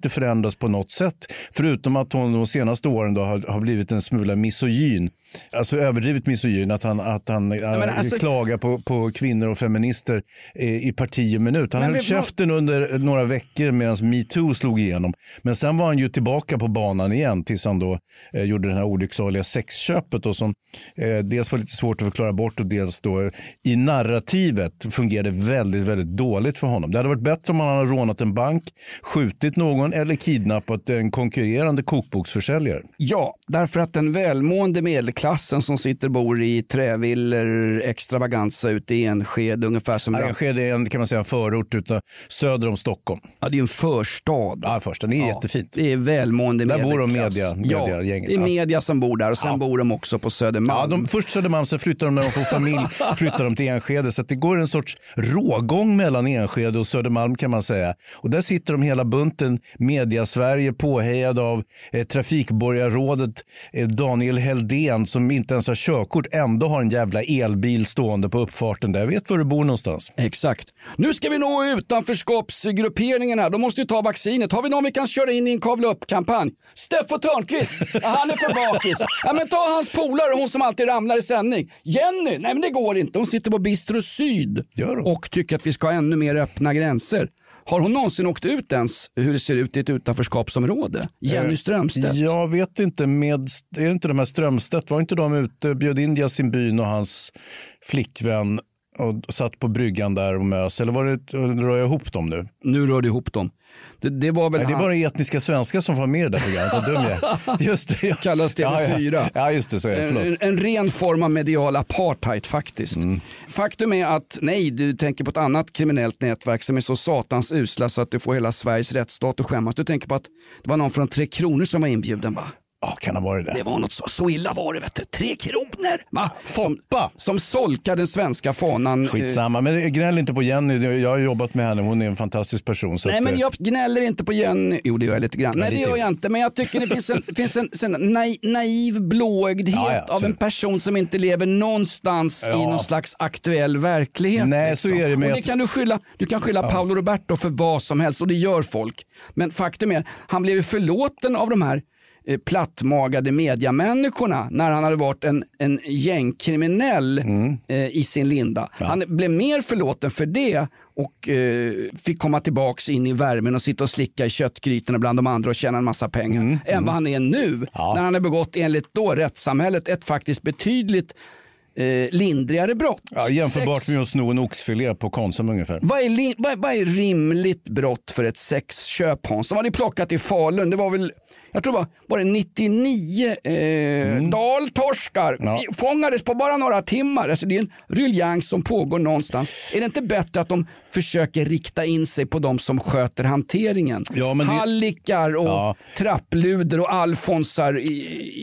förändrats på något sätt. Förutom att hon de senaste åren då har, har blivit en smula misogyn. Alltså överdrivet misogyn. Att han, att han ja, alltså... klagar på, på kvinnor och feminister i, i parti och minut. Han höll käften var... under några veckor medan MeToo slog igenom. Men sen var han ju tillbaka på banan igen tills han då eh, gjorde det här olycksaliga sexköpet och som eh, dels var lite svårt att förklara bort och dels då i narrativet fungerade väldigt, väldigt dåligt för honom. Det hade varit bättre om han hade rånat en bank, skjutit någon eller kidnappat en konkurrerande kokboksförsäljare. Ja, därför att den välmående medelklassen som sitter och bor i trävillor, extravaganza ute i Enskede ungefär som... Ja, Enskede är en, kan man säga, en förort utan, söder om Stockholm. Ja, det är en förstad. Ja, förstad. Det är ja, jättefint. Det är välmående där medelklass. Där bor de media, media ja, gänget. det är media som bor där och sen ja. bor de också på Södermalm. Ja, de, först Södermalm, sen flyttar de när de får familj, flyttar de till Enskede. Så att det går en sorts rågång mellan Enskede och Södermalm kan man säga. Och där sitter de hela bunten media-Sverige påhejad av eh, trafikborgarrådet eh, Daniel Heldén som inte ens har körkort, ändå har en jävla elbil stående på uppfarten där. Jag vet var du bor någonstans. Exakt. Nu ska vi nå utanförskapsgrupperingen här. De måste ju ta vaccinet. Har vi någon vi kan köra in i en kavla upp-kampanj? Steffo Törnqvist, han är för bakis. Ja, men ta hans polare, hon som alltid ramlar i sändning. Jenny, nej men det går inte. Hon sitter på Bistro Syd och tycker att vi ska ha ännu mer öppna gränser. Har hon någonsin åkt ut ens hur det ser ut i ett utanförskapsområde? Jenny Strömstedt. Jag vet inte, med, är inte de här Strömstedt, var inte de ute, bjöd in Yasin Byn och hans flickvän och satt på bryggan där och mös, eller var det, rör jag ihop dem nu? Nu rör du ihop dem. Det, det var väl Nej, han... det är bara etniska svenskar som var med där programmet. Vad dum jag. Just det. Ja. Kallas T V fyra. Ja, ja. ja, just det. Så är det. En, en ren form av medial apartheid faktiskt. Mm. Faktum är att, nej, du tänker på ett annat kriminellt nätverk som är så satans usla så att du får hela Sveriges rättsstat att skämmas. Du tänker på att det var någon från Tre Kronor som var inbjuden, va? Ja, kan det vara det? Det var något så, så illa var det, vet du. Tre kronor, va? Som, Foppa. som solkar den svenska fanan. Skitsamma, men gnäll inte på Jenny. Jag har jobbat med henne, hon är en fantastisk person. Så nej, att... men jag gnäller inte på Jenny. Jo, det gör jag lite grann. Nej, det gör jag inte. Men jag tycker det finns en, finns en, en naiv, naiv blåögdhet ja, ja, av en person som inte lever någonstans ja. i någon slags aktuell verklighet. Nej, liksom. så är det. Och det kan du skylla. Du kan skylla ja. Paolo Roberto för vad som helst och det gör folk. Men faktum är, han blev förlåten av de här plattmagade mediamänniskorna när han hade varit en, en gängkriminell mm. eh, i sin linda. Ja. Han blev mer förlåten för det och eh, fick komma tillbaks in i värmen och sitta och slicka i köttgrytorna bland de andra och tjäna en massa pengar mm. än mm. vad han är nu ja. när han har begått enligt då rättssamhället ett faktiskt betydligt Eh, lindrigare brott. Ja, jämförbart Sex... med att sno en oxfilé på Konsum ungefär. Vad är, li... vad, vad är rimligt brott för ett sexköp, Hans? De hade plockat i Falun. Det var väl, jag tror det var, var det nittionio eh, mm. daltorskar. Ja. Fångades på bara några timmar. Alltså det är en ruljans som pågår någonstans. Är det inte bättre att de försöker rikta in sig på de som sköter hanteringen? Ja, men det... Hallikar och ja. trappluder och alfonsar i,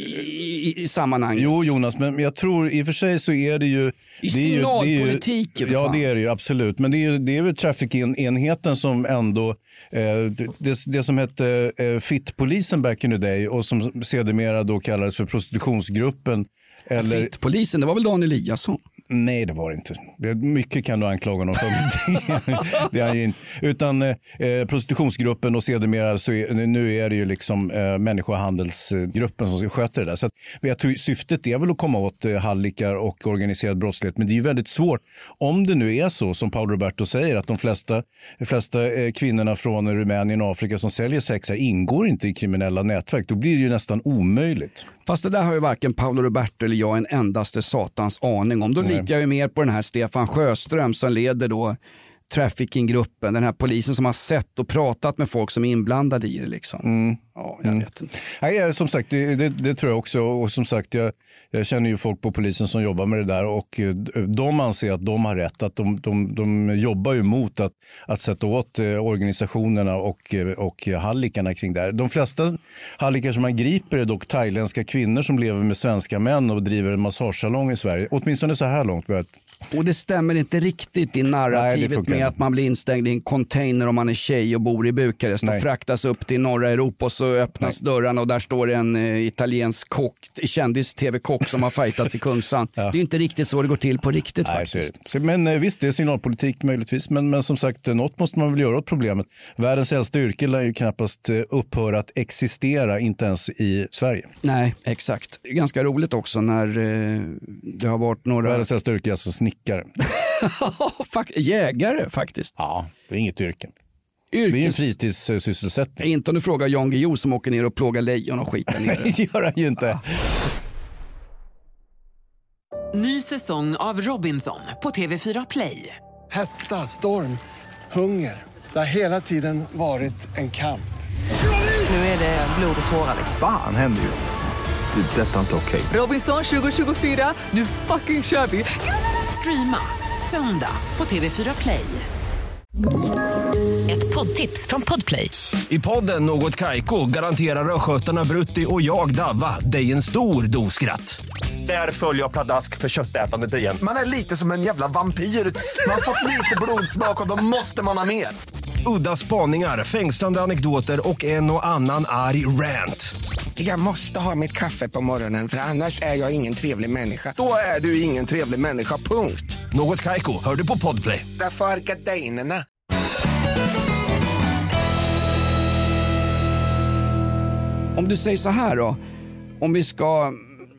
i, i, i sammanhanget. Jo, Jonas, men jag tror i och för sig så är det ju... I signalpolitik. Det är ju, ja, det är det ju absolut. Men det är ju, det är ju trafikenheten som ändå... Eh, det, det som hette eh, Fittpolisen back in the day och som sedermera då kallades för prostitutionsgruppen. Eller... Fittpolisen, det var väl Dan Eliasson? Nej, det var det inte. Mycket kan du anklaga honom för. det är inte. Utan eh, prostitutionsgruppen och sedermera så är, nu är det ju liksom eh, människohandelsgruppen som sköter det där. Så att, jag tror, syftet är väl att komma åt eh, hallikar och organiserad brottslighet. Men det är ju väldigt svårt. Om det nu är så som Paolo Roberto säger att de flesta, de flesta eh, kvinnorna från Rumänien och Afrika som säljer sex här ingår inte i kriminella nätverk. Då blir det ju nästan omöjligt. Fast det där har ju varken Paolo Roberto eller jag en endaste satans aning om. Då Nej. litar jag ju mer på den här Stefan Sjöström som leder då trafficking-gruppen, den här polisen som har sett och pratat med folk som är inblandade i det liksom. Mm. Ja, jag mm. vet inte. Nej, som sagt, det, det, det tror jag också. Och som sagt, jag, jag känner ju folk på polisen som jobbar med det där och de anser att de har rätt. Att de, de, de jobbar ju mot att, att sätta åt organisationerna och, och hallikarna kring det här. De flesta hallikar som man griper är dock thailändska kvinnor som lever med svenska män och driver en massagesalong i Sverige. Åtminstone så här långt. Och det stämmer inte riktigt i narrativet. Nej, med att man blir instängd i en container om man är tjej och bor i Bukarest. Nej. Och fraktas upp till norra Europa och så öppnas Nej. dörrarna och där står en uh, italiensk kock, kändis-tv-kock som har fightats i Kungsan. Ja. Det är inte riktigt så det går till på riktigt. Nej, faktiskt. Så men uh, visst, det är signalpolitik möjligtvis. Men, men som sagt, något måste man väl göra åt problemet. Världens äldsta yrke lär ju knappast uh, upphöra att existera, inte ens i Sverige. Nej, exakt. Det är ganska roligt också när uh, det har varit några... Världens äldsta yrke är alltså snickare. Jägare faktiskt. Ja, det är inget yrke. Yrkes... Det är en fritidssysselsättning. Inte om du frågar Jan Guillou som åker ner och plågar lejon och skiter ner. Nej, det gör han ju inte. Ny säsong av Robinson på T V fyra Play. Hetta, storm, hunger. Det har hela tiden varit en kamp. Nu är det blod och tårar. Fan händer just det. Det är detta inte okej. Robinson tjugo tjugofyra, nu fucking kör vi. Streama söndag på T V fyra Play. Ett poddtips från Podplay. I podden Något Kaiko garanterar röskötarna Brutti och jag Davva dig en stor doskratt. Där följer jag pladask för köttätandet igen. Man är lite som en jävla vampyr. Man har fått lite blodsmak och då måste man ha mer. Udda spaningar, fängslande anekdoter och en och annan arg rant. Jag måste ha mitt kaffe på morgonen för annars är jag ingen trevlig människa. Då är du ingen trevlig människa, punkt. Något Kaiko, hör du på Podplay. Därför är gardinerna. Om du säger så här då, om vi ska...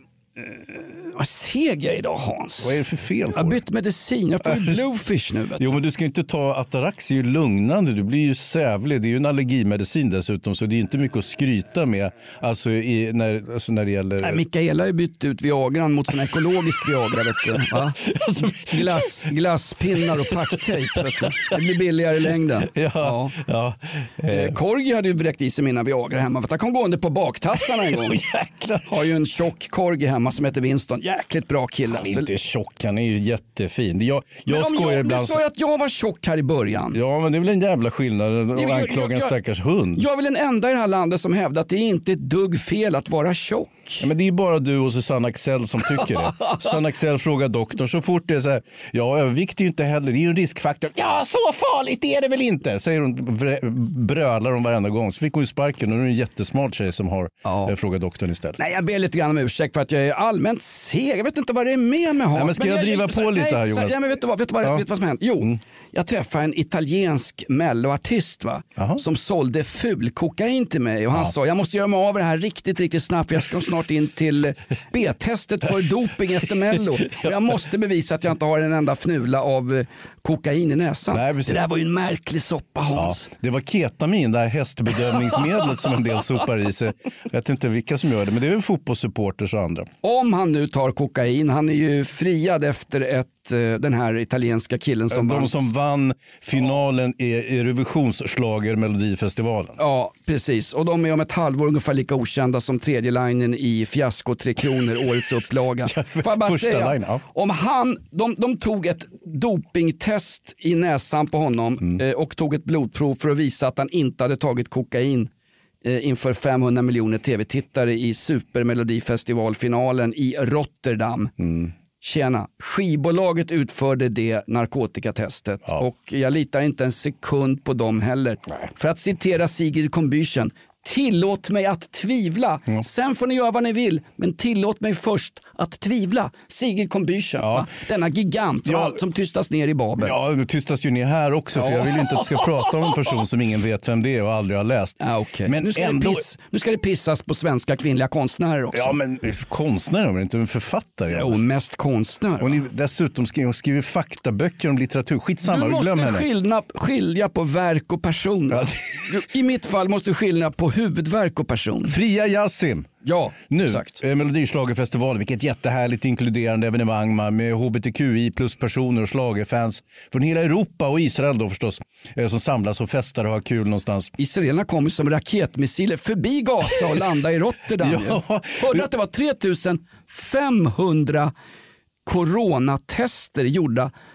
Vad seg jag idag, Hans? Vad är det för fel på? Jag har bytt medicin, jag får ju bluefish nu. Vet jo, men du ska inte ta Atarax, är ju lugnande. Du blir ju sävlig, det är ju en allergimedicin dessutom. Så det är inte mycket att skryta med. Alltså, i, när, alltså när det gäller... Nej, Mikaela har ju bytt ut Viagran mot sån ekologisk Viagra, vet du. Va? alltså, Glass, glasspinnar och packtejp, vet du. Det blir billigare i längden. Ja, ja. ja. Eh. Korgi hade ju bräckt i sig mina Viagra hemma. Vet du, jag kom gående på baktassarna en gång. Jäklar. Har ju en tjock Korgi hemma som heter Winston. Jäkligt bra kille. Han är inte tjock, han är ju jättefin. Jag, jag men om skojar jag, ibland. Du sa ju att jag var tjock här i början. Ja, men det är väl en jävla skillnad att jag, anklaga jag, en jag, stackars hund. Jag är väl den enda i det här landet som hävdar att det är inte ett dugg fel att vara tjock. Ja, men det är ju bara du och Susanne Axel som tycker det. Susanne Axel frågar doktorn så fort det är så här, ja, övervikt är ju inte heller, det är ju en riskfaktor. Ja, så farligt är det väl inte, säger hon, brölar hon varenda gång. Så fick hon ju sparken och nu är det en jättesmart tjej som har ja. frågat doktorn istället. Nej, jag ber lite grann om ursäkt för att jag är allmänt seg. Jag vet inte vad det är med med Hans. Nej, men ska men jag, jag driva jag, på lite nej, här, Jonas? Så, ja, men vet du vad, vet du vad, ja. vet du vad som hänt? Jo, mm. jag träffade en italiensk melloartist va, som sålde fulkokain till mig och han ja. sa, jag måste göra mig av det här riktigt, riktigt snabbt för jag ska snart in till B-testet för doping efter mello. Och jag måste bevisa att jag inte har en enda fnula av kokain i näsan. Nej, det där var ju en märklig soppa, Hans. Ja, det var ketamin, det här hästbedövningsmedlet som en del sopar i sig. Jag vet inte vilka som gör det, men det är väl fotbollssupporters och andra. Om han nu tar kokain, han är ju friad efter ett, den här italienska killen som De vann. som vann finalen i Eurovisionsschlager Melodifestivalen. Ja, precis. Och de är om ett halvår ungefär lika okända som tredje linjen i Fiasko Tre Kronor, årets upplaga. Får jag bara Första säga, line, ja. om han, de, de tog ett dopingtest i näsan på honom mm. eh, och tog ett blodprov för att visa att han inte hade tagit kokain eh, inför femhundra miljoner tv-tittare i Supermelodifestivalfinalen i Rotterdam. Mm. Tjena, skivbolaget utförde det narkotikatestet ja. och jag litar inte en sekund på dem heller. Nej. För att citera Sigrid Combüchen, tillåt mig att tvivla. Mm. Sen får ni göra vad ni vill, men tillåt mig först att tvivla. Sigrid Combüchen, ja. denna gigant ja. som tystas ner i Babel. Ja, det tystas ju ner här också, för ja. jag vill inte att du ska prata om en person som ingen vet vem det är och aldrig har läst. Ja, okay. Men nu, ska ändå... det piss, nu ska det pissas på svenska kvinnliga konstnärer också. Ja, men konstnärer, men inte en författare. Jo, mest konstnär. Och ni dessutom skriver, skriver faktaböcker om litteratur. Skitsamma, du måste glöm henne. skilja, skilja på verk och person. Ja. I mitt fall måste du skilja på huvudverk och person. Fria Yassim. Ja, nu, exakt. Eh, Melodischlagerfestival, vilket jättehärligt inkluderande evenemang med H B T Q I plus personer och schlagerfans från hela Europa och Israel då förstås, eh, som samlas och festar och har kul någonstans. Israelerna kom ju som raketmissiler förbi Gaza och landade i Rotterdam. ja. Hörde att det var tre tusen femhundra coronatester gjorda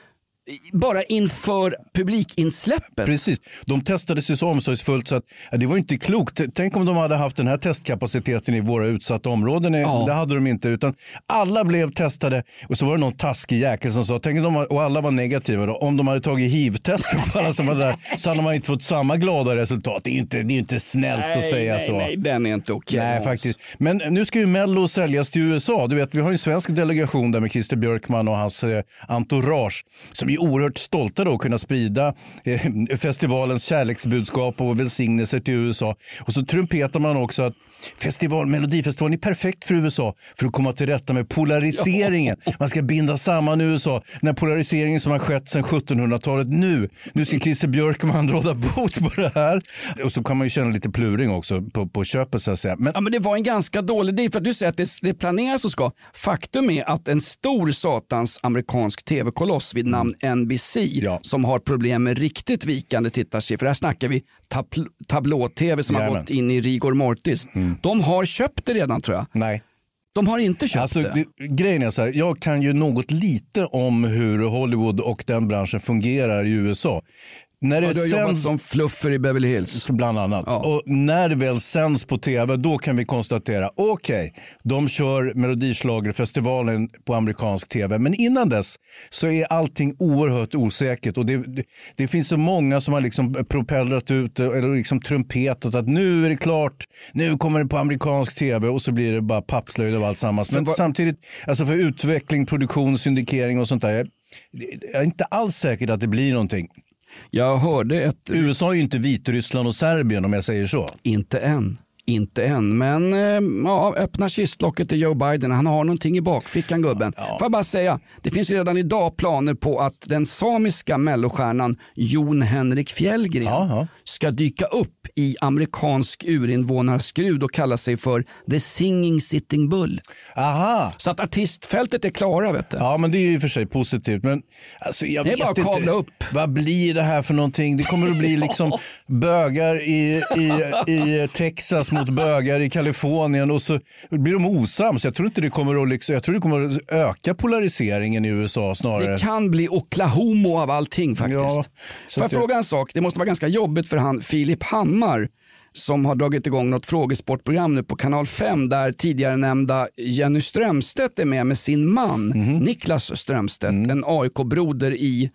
bara inför publikinsläppet. Precis. De testades ju så omsorgsfullt så att ja, det var inte klokt. Tänk om de hade haft den här testkapaciteten i våra utsatta områden. Ja. Det hade de inte, utan alla blev testade och så var det någon taskig jäkel som sa, tänk om de, och alla var negativa då, om de hade tagit hiv-tester på alla som var där så hade man inte fått samma glada resultat. Det är inte, det är inte snällt nej, att säga nej, så. Nej, den är inte okej. Nej, faktiskt. Men nu ska ju Mello säljas till U S A. Du vet, vi har ju en svensk delegation där med Christer Björkman och hans eh, entourage som är oerhört stolta då att kunna sprida eh, festivalens kärleksbudskap och välsignelser till U S A. Och så trumpetar man också att festival, Melodifestivalen är perfekt för U S A för att komma till rätta med polariseringen. Man ska binda samman U S A. Den här polariseringen som har skett sedan sjuttonhundratalet nu. Nu ska Christer Björkman råda bot på det här. Och så kan man ju känna lite pluring också på, på köpet så att säga. Men... Ja, men det var en ganska dålig idé för att du säger att det, det planeras och ska. Faktum är att en stor satans amerikansk tv-koloss vid namn N B C ja. som har problem med riktigt vikande tittarsiffror. Här snackar vi tab- tablå-tv som Jajamän. har gått in i rigor mortis. Mm. De har köpt det redan tror jag. Nej. De har inte köpt alltså, det. det. Grejen är så här, jag kan ju något lite om hur Hollywood och den branschen fungerar i U S A. När det ja, du har sänds... jobbat som fluffer i Beverly Hills. Bland annat. Ja. Och när det väl sänds på tv, då kan vi konstatera, okej, okay, de kör Melodischlagerfestivalen på amerikansk tv. Men innan dess så är allting oerhört osäkert. Och det, det, det finns så många som har liksom propellrat ut eller liksom trumpetat att nu är det klart, nu kommer det på amerikansk tv och så blir det bara pappslöjd av allt sammans. Men var... samtidigt, alltså för utveckling, produktion, syndikering och sånt där, jag, jag är inte alls säker att det blir någonting. Jag hörde ett... U S A är ju inte Vitryssland och Serbien om jag säger så. Inte än. Inte än, men ja, öppna kistlocket till Joe Biden. Han har någonting i bakfickan, gubben. Ja. Får jag bara säga, det finns redan idag planer på att den samiska mellostjärnan Jon Henrik Fjällgren Aha. ska dyka upp i amerikansk urinvånarskrud och kalla sig för The Singing Sitting Bull. Aha. Så att artistfältet är klara, vet du. Ja, men det är ju för sig positivt. Men alltså, jag det är vet bara att kavla inte. upp. Vad blir det här för någonting? Det kommer att bli liksom bögar i, i, i Texas mot bögar i Kalifornien och så blir de osams. Jag tror inte det kommer att, liksom, jag tror det kommer att öka polariseringen i U S A snarare. Det kan bli Oklahoma av allting faktiskt. Ja, får jag det... fråga en sak? Det måste vara ganska jobbigt för han Filip Hammar som har dragit igång något frågesportprogram nu på kanal fem där tidigare nämnda Jenny Strömstedt är med med sin man mm-hmm. Niklas Strömstedt, mm. en A I K-broder i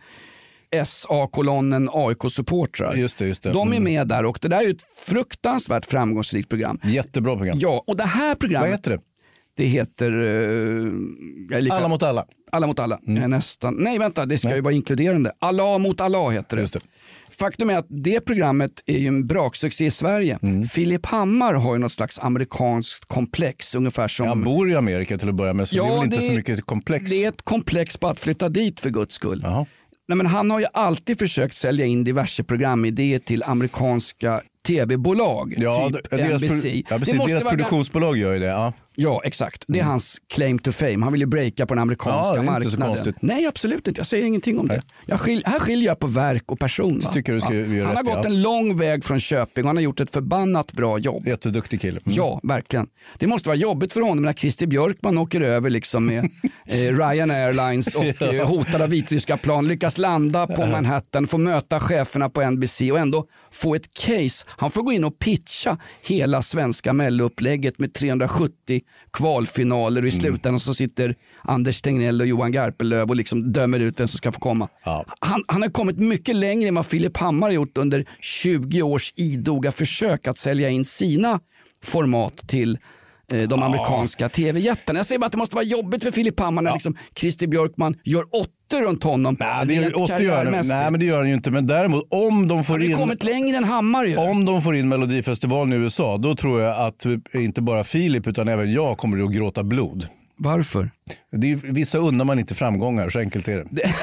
S A-kolonnen A I K-supportrar. Just det, just det. De är med där och det där är ett fruktansvärt framgångsrikt program. Jättebra program. Ja, och det här programmet... Vad heter det? Det heter... Uh, lika... Alla mot alla. Alla mot alla. Mm. Nästan. Nej, vänta, det ska Nej. ju vara inkluderande. Allah mot Allah heter det. Just det. Faktum är att det programmet är ju en braksuccé i Sverige. Mm. Filip Hammar har ju något slags amerikanskt komplex ungefär som... Han bor i Amerika till att börja med så ja, det är väl inte det, så mycket komplex. Det är ett komplex på att flytta dit för guds skull. Jaha. Nej, men han har ju alltid försökt sälja in diverse programidéer till amerikanska tv-bolag. Ja, typ deras, N B C. Ja, precis, deras produktionsbolag gör ju det. Ja. Ja, exakt. Det är mm. hans claim to fame. Han vill ju breaka på den amerikanska ja, marknaden. Nej, absolut inte. Jag säger ingenting om Nej. det. Jag skil- här skiljer jag på verk och person. Va? Tycker du ska ja. göra Han har rätt, gått ja. en lång väg från Köping och han har gjort ett förbannat bra jobb. Jätteduktig kille. Mm. Ja, verkligen. Det måste vara jobbigt för honom när Christer Björkman åker över liksom med eh, Ryan Airlines och ja. eh, hotade av vitryska plan, lyckas landa på Manhattan, få möta cheferna på N B C och ändå få ett case. Han får gå in och pitcha hela svenska melloupplägget med trehundrasjuttio kvalfinaler och i slutändan så sitter Anders Tegnell och Johan Garpelöv och liksom dömer ut vem som ska få komma. Ja. Han, han har kommit mycket längre än vad Filip Hammar har gjort under tjugo års idoga försök att sälja in sina format till eh, de ja. amerikanska tv-jättarna. Jag säger bara att det måste vara jobbigt för Filip Hammar när ja. liksom Christer Björkman gör åtta runt honom. Nej, det är åttio gör han, nej, men det gör han ju inte. Men däremot om de får han har in... kommit längre än Hammar ju. Om de får in Melodifestivalen i U S A, då tror jag att inte bara Filip utan även jag kommer att gråta blod. Varför? Det är, vissa undrar man inte framgångar, så enkelt är det. det...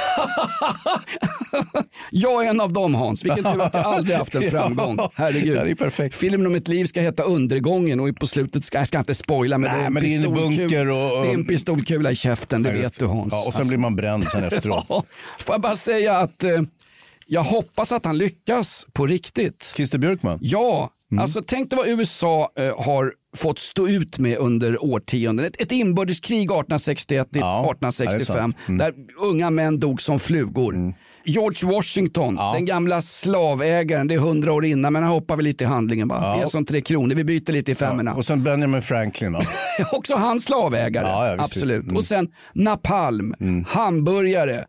jag är en av dem, Hans. Vilken tur att jag aldrig haft en framgång. Herregud. Ja, det är perfekt. Filmen om mitt liv ska heta Undergången och på slutet ska jag ska inte spoila men, Nej, det, är men det är en bunker och, och... det är en pistolkula i käften, det ja, vet du, Hans. Ja, och sen alltså... blir man bränd sen efteråt. ja, får jag bara säga att eh, jag hoppas att han lyckas på riktigt. Christer Björkman? Ja, mm. alltså tänk dig vad U S A eh, har fått stå ut med under årtionden. Ett, ett inbördeskrig arton sextioett till Ja, arton sextiofem mm. där unga män dog som flugor. Mm. George Washington, ja. den gamla slavägaren, det är hundra år innan, men han hoppar vi lite i handlingen bara. Ja. Det är som tre kronor, vi byter lite i femmorna. Ja. Och sen Benjamin Franklin då. Också han slavägare, ja, ja, absolut. Mm. Och sen napalm, mm. hamburgare,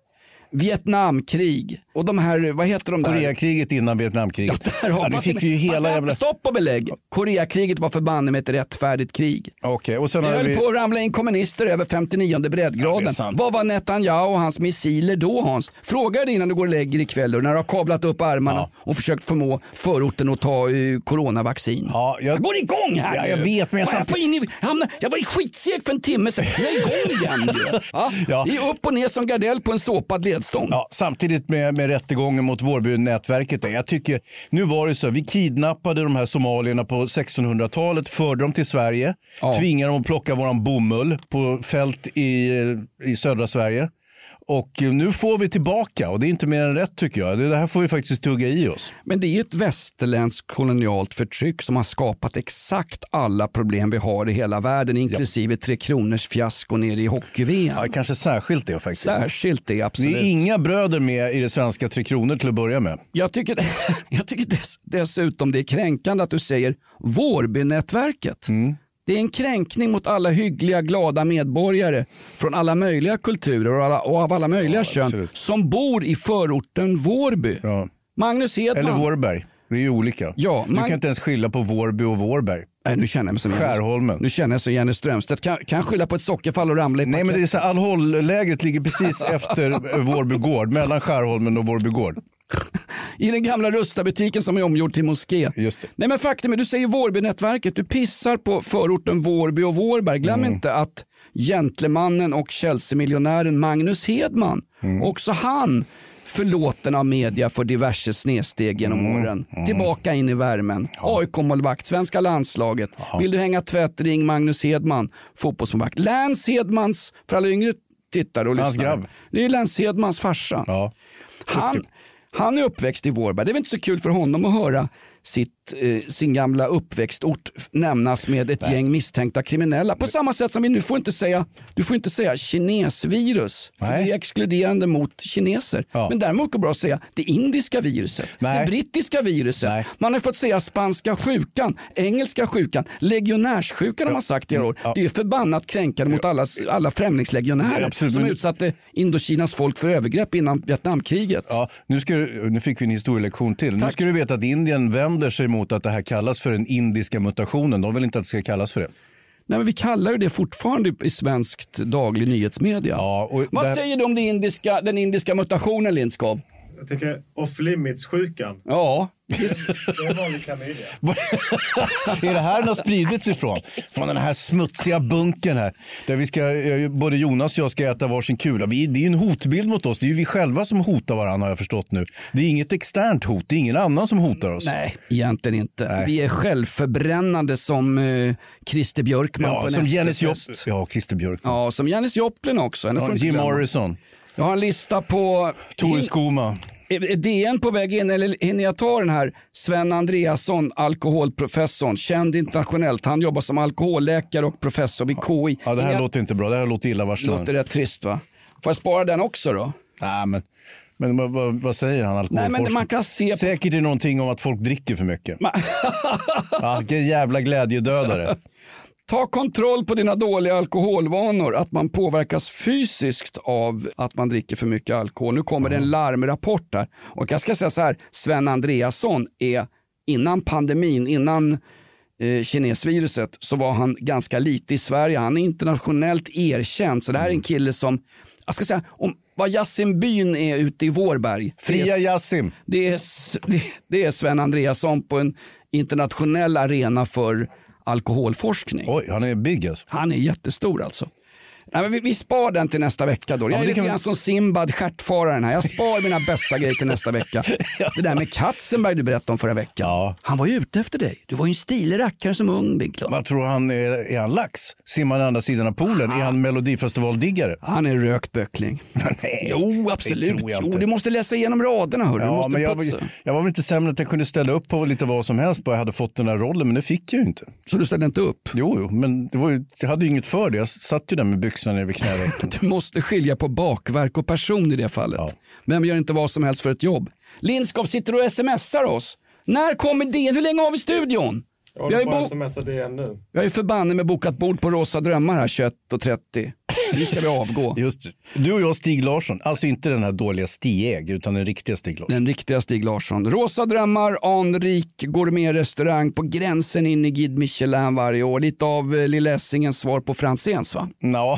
Vietnamkrig och de här, vad heter de där? Koreakriget innan Vietnamkriget. Ja, där ja, det fick vi ju hela jävla... Stopp och belägg. Koreakriget var förbanne med ett rättfärdigt krig. Okej, och sen det har höll vi... på att ramla in kommunister över femtionionde breddgraden. Ja, vad var Netanyahu och hans missiler då, Hans? Fråga dig innan du går och lägger ikväll och när du har kavlat upp armarna ja. och försökt förmå förorten att ta uh, coronavaccin. Ja, jag... jag går igång här. Ja, jag vet, men jag samt... jag, in i... Hamna... jag var i skitseg för en timme sedan. Jag är igång igen. Ja? Ja. Det är upp och ner som gardell på en såpad ledstång. Ja, samtidigt med, med rättegången mot Vårbynätverket. Jag tycker, nu var det så, vi kidnappade de här somalierna på sextonhundratalet, förde dem till Sverige, ja. tvingade dem att plocka våran bomull på fält i, i södra Sverige. Och nu får vi tillbaka och det är inte mer än rätt tycker jag. Det här får vi faktiskt tugga i oss. Men det är ju ett västerländskt kolonialt förtryck som har skapat exakt alla problem vi har i hela världen, inklusive ja. tre kronors fiasko nere i hockey-V M. Ja, kanske särskilt det faktiskt. Särskilt det, absolut. Det är inga bröder med i det svenska tre kronor till att börja med. Jag tycker, jag tycker dess, dessutom det är kränkande att du säger Vårbynätverket. Mm. Det är en kränkning mot alla hyggliga, glada medborgare från alla möjliga kulturer och, alla, och av alla möjliga ja, kön absolut. som bor i förorten Vårby. Ja. Magnus Hedman. Eller Vårberg. Det är ju olika. Ja, du man... kan inte ens skilja på Vårby och Vårberg. Nej, nu känner jag mig som Skärholmen. Nu känner jag så Jenny Strömstedt. Kan, kan skylla på ett sockerfall och ramla i Nej, men det är så Alhåll-lägret ligger precis efter Vårby gård, mellan Skärholmen och Vårby gård. I den gamla Rusta-butiken som är omgjord till moské. Just det. Nej, men faktum är, du säger Vårbynätverket, du pissar på förorten Vårby och Vårberg. Glöm mm. inte att gentlemannen och Chelsea-miljonären Magnus Hedman, mm. också han förlåten av media för diverse snedsteg genom mm. åren. Mm. Tillbaka in i värmen. Ja. A I K-målvakt, svenska landslaget. Ja. Vill du hänga tvätt, ring Magnus Hedman, fotbollsmålvakt. Lance Hedmans, för alla yngre tittare och lyssnare. Det är Lance Hedmans farsa. Ja. Han, han är uppväxt i Vårberg. Det är väl inte så kul för honom att höra sitt, eh, sin gamla uppväxtort nämnas med ett Nej. gäng misstänkta kriminella. På samma sätt som vi nu får inte säga, du får inte säga kinesvirus. För Nej. det är exkluderande mot kineser. Ja. Men däremot går det bra att säga det indiska viruset, Nej. det brittiska viruset. Nej. Man har fått säga spanska sjukan, engelska sjukan, legionärssjukan har man sagt i år. Ja. Det är förbannat kränkande mot alla, alla främlingslegionärer ja, som utsatte Indokinas folk för övergrepp innan Vietnamkriget. Ja, nu, ska du, nu fick vi en historielektion till. Tack. Nu ska du veta att Indien vänder sig mot att det här kallas för den indiska mutationen. De vill inte att det ska kallas för det. Nej, men vi kallar ju det fortfarande i svenskt daglig nyhetsmedia. Ja, och Vad där... säger du om det indiska, den indiska mutationen, Lindskov? Jag tycker off-limits-sjukan. Ja, visst. Det är vanlig klamydia. Är det här den har spridits ifrån? Från den här smutsiga bunken här. Där vi ska, både Jonas och jag ska äta varsin kula. Vi, det är ju en hotbild mot oss. Det är ju vi själva som hotar varandra, har jag förstått nu. Det är inget externt hot. Det är ingen annan som hotar oss. Nej, egentligen inte. Nej. Vi är självförbrännande som uh, Christer Björkman ja, på en som Janis Joplin. Ja, Christer Björkman. Ja, som Janis Joplin också. Ja, Jim Morrison. Jag har en lista på... Tore Skoma. Är D N på väg in eller hinner jag ta den här Sven Andreasson, alkoholprofessorn, känd internationellt. Han jobbar som alkoholläkare och professor vid K I. Ja, det här Inga... låter inte bra. Det här låter illavarslande. Låter rätt trist, va? Får jag spara den också då? Nej, men... Men vad, vad, vad säger han, alkoholforskare? Nej, men man kan se på... Säkert är det någonting om att folk dricker för mycket. Ja, vilken jävla glädjedödare. Ta kontroll på dina dåliga alkoholvanor, att man påverkas fysiskt av att man dricker för mycket alkohol. Nu kommer det en larmrapport där. Och jag ska säga så här, Sven Andreasson är innan pandemin, innan eh, kinesviruset, så var han ganska lite i Sverige. Han är internationellt erkänd. Så det här är en kille som, jag ska säga, om vad Jassim Byn är ute i Vårberg. Fria Jassim. Det är, det, det är Sven Andreasson på en internationell arena för alkoholforskning. Oj, han är big alltså. Han är jättestor alltså. Nej, men vi, vi spar den till nästa vecka då. Jag Ja, är det lite kan grann vi- som Simbad, stjärtfararen här. Jag spar mina bästa grejer till nästa vecka. Det där med Katzenberg du berättade om förra veckan. Ja. Han var ju ute efter dig. Du var ju en stilig rackare som ung, Binklund. Vad tror han? Är, är han lax? Simmar den andra sidan av poolen? Är han melodifestivaldiggare? Han är rökt böckling. Nej, Jo, det absolut. tror jag Jo, inte. du måste läsa igenom raderna, hörru. Du Ja, måste men jag, putsa. var, jag var väl inte sämre att jag kunde ställa upp på lite vad som helst bara jag hade fått den här rollen, men det fick jag ju inte. Så du ställde inte upp? Jo, jo men det var ju, jag hade ju inget för det. Jag satt ju där med byxorna ner vid knävecken. Du måste skilja på bakverk och person i det fallet. Ja. Vem gör inte vad som helst för ett jobb? Lindskov sitter och smsar oss. När kommer det? Hur länge har vi studion? Jag Vi har håller ju, på att bo- smsa det igen nu. vi har ju förbanne med bokat bord på Rosa Drömmar här tjugoett och trettio. Nu ska vi avgå. Just det. Du och jag Stig Larsson, alltså inte den här dåliga Stieg utan den riktiga Stig Larsson. Den riktiga Stig Larsson. Rosa Drömmar, anrik gourmetrestaurang på gränsen in i Guide Michelin varje år. Lite av eh, Lilla Essingens svar på Franzéns, va? Ja.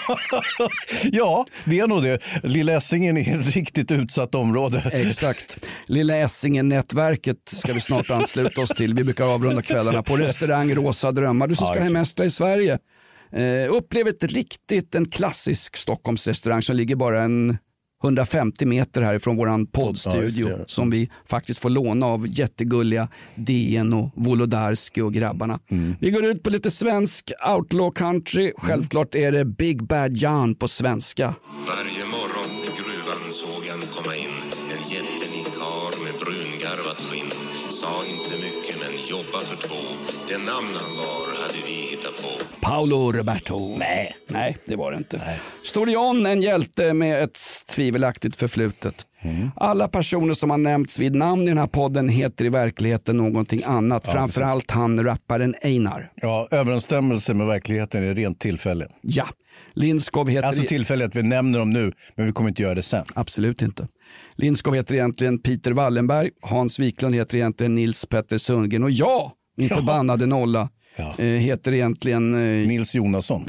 Ja, det är nog det. Lilla Essingen är ett riktigt utsatt område. Exakt. Lilla Essingen-nätverket ska vi snart ansluta oss till. Vi brukar avrunda kvällarna på restaurang Rosa Drömmar. Du som ska Ja, hemestra i Sverige. Eh, upplev ett riktigt, en klassisk Stockholmsrestaurang som ligger bara en hundrafemtio meter härifrån våran poddstudio Ja, just det. som vi faktiskt får låna av jättegulliga D N och Wolodarski och grabbarna. Mm. Vi går ut på lite svensk outlaw country. Självklart är det Big Bad John på svenska. Varje morgon i gruvan såg han komma in en jättelik karl med brungarvat skinn. Sa inte mycket men jobba för två. Det namn han var hade vi hittat på. Paolo Roberto. Nej, nej det var det inte. Stor John, en hjälte med ett tvivelaktigt förflutet. Mm. Alla personer som har nämnts vid namn i den här podden heter i verkligheten någonting annat. Ja, Framförallt precis. han rapparen Einar. Ja, överensstämmelse med verkligheten är rent tillfälle. Ja, Lindskov heter... Alltså tillfälle att vi nämner dem nu, men vi kommer inte göra det sen. Absolut inte. Lindskov heter egentligen Peter Wallenberg. Hans Wiklund heter egentligen Nils Petter Sundgren. Och jag, min Ja. förbannade nolla, Ja. eh, heter egentligen... Eh, Nils Jonasson.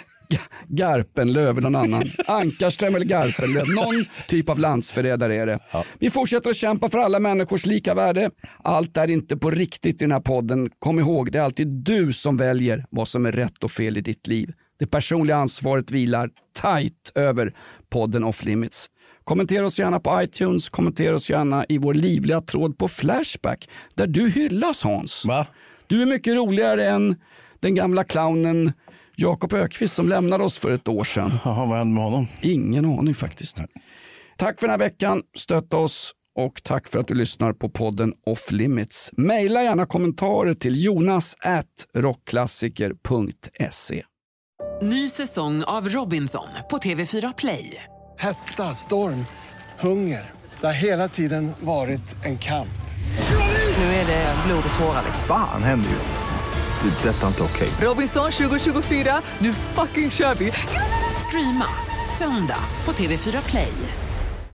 Garpenlöv eller någon annan. Ankarström eller Garpenlöv. Någon typ av landsförrädare är det. Ja. Vi fortsätter att kämpa för alla människors lika värde. Allt är inte på riktigt i den här podden. Kom ihåg, det är alltid du som väljer vad som är rätt och fel i ditt liv. Det personliga ansvaret vilar tajt över podden Off Limits. Kommentera oss gärna på iTunes. Kommentera oss gärna i vår livliga tråd på Flashback. Där du hyllas, Hans. Va? Du är mycket roligare än den gamla clownen Jakob Ökvist som lämnade oss för ett år sedan. Jaha, vad hände med honom? Ingen aning faktiskt. Nej. Tack för den här veckan. Stötta oss och tack för att du lyssnar på podden Off Limits. Maila gärna kommentarer till jonas at rockklassiker punkt se. Ny säsong av Robinson på T V fyra Play. Hetta, storm, hunger. Det har hela tiden varit en kamp. Nu är det blod och tårar. Fan händer just det. Det är detta inte okej. Robinson tjugo tjugofyra, nu fucking kör vi. Streama söndag på T V fyra Play.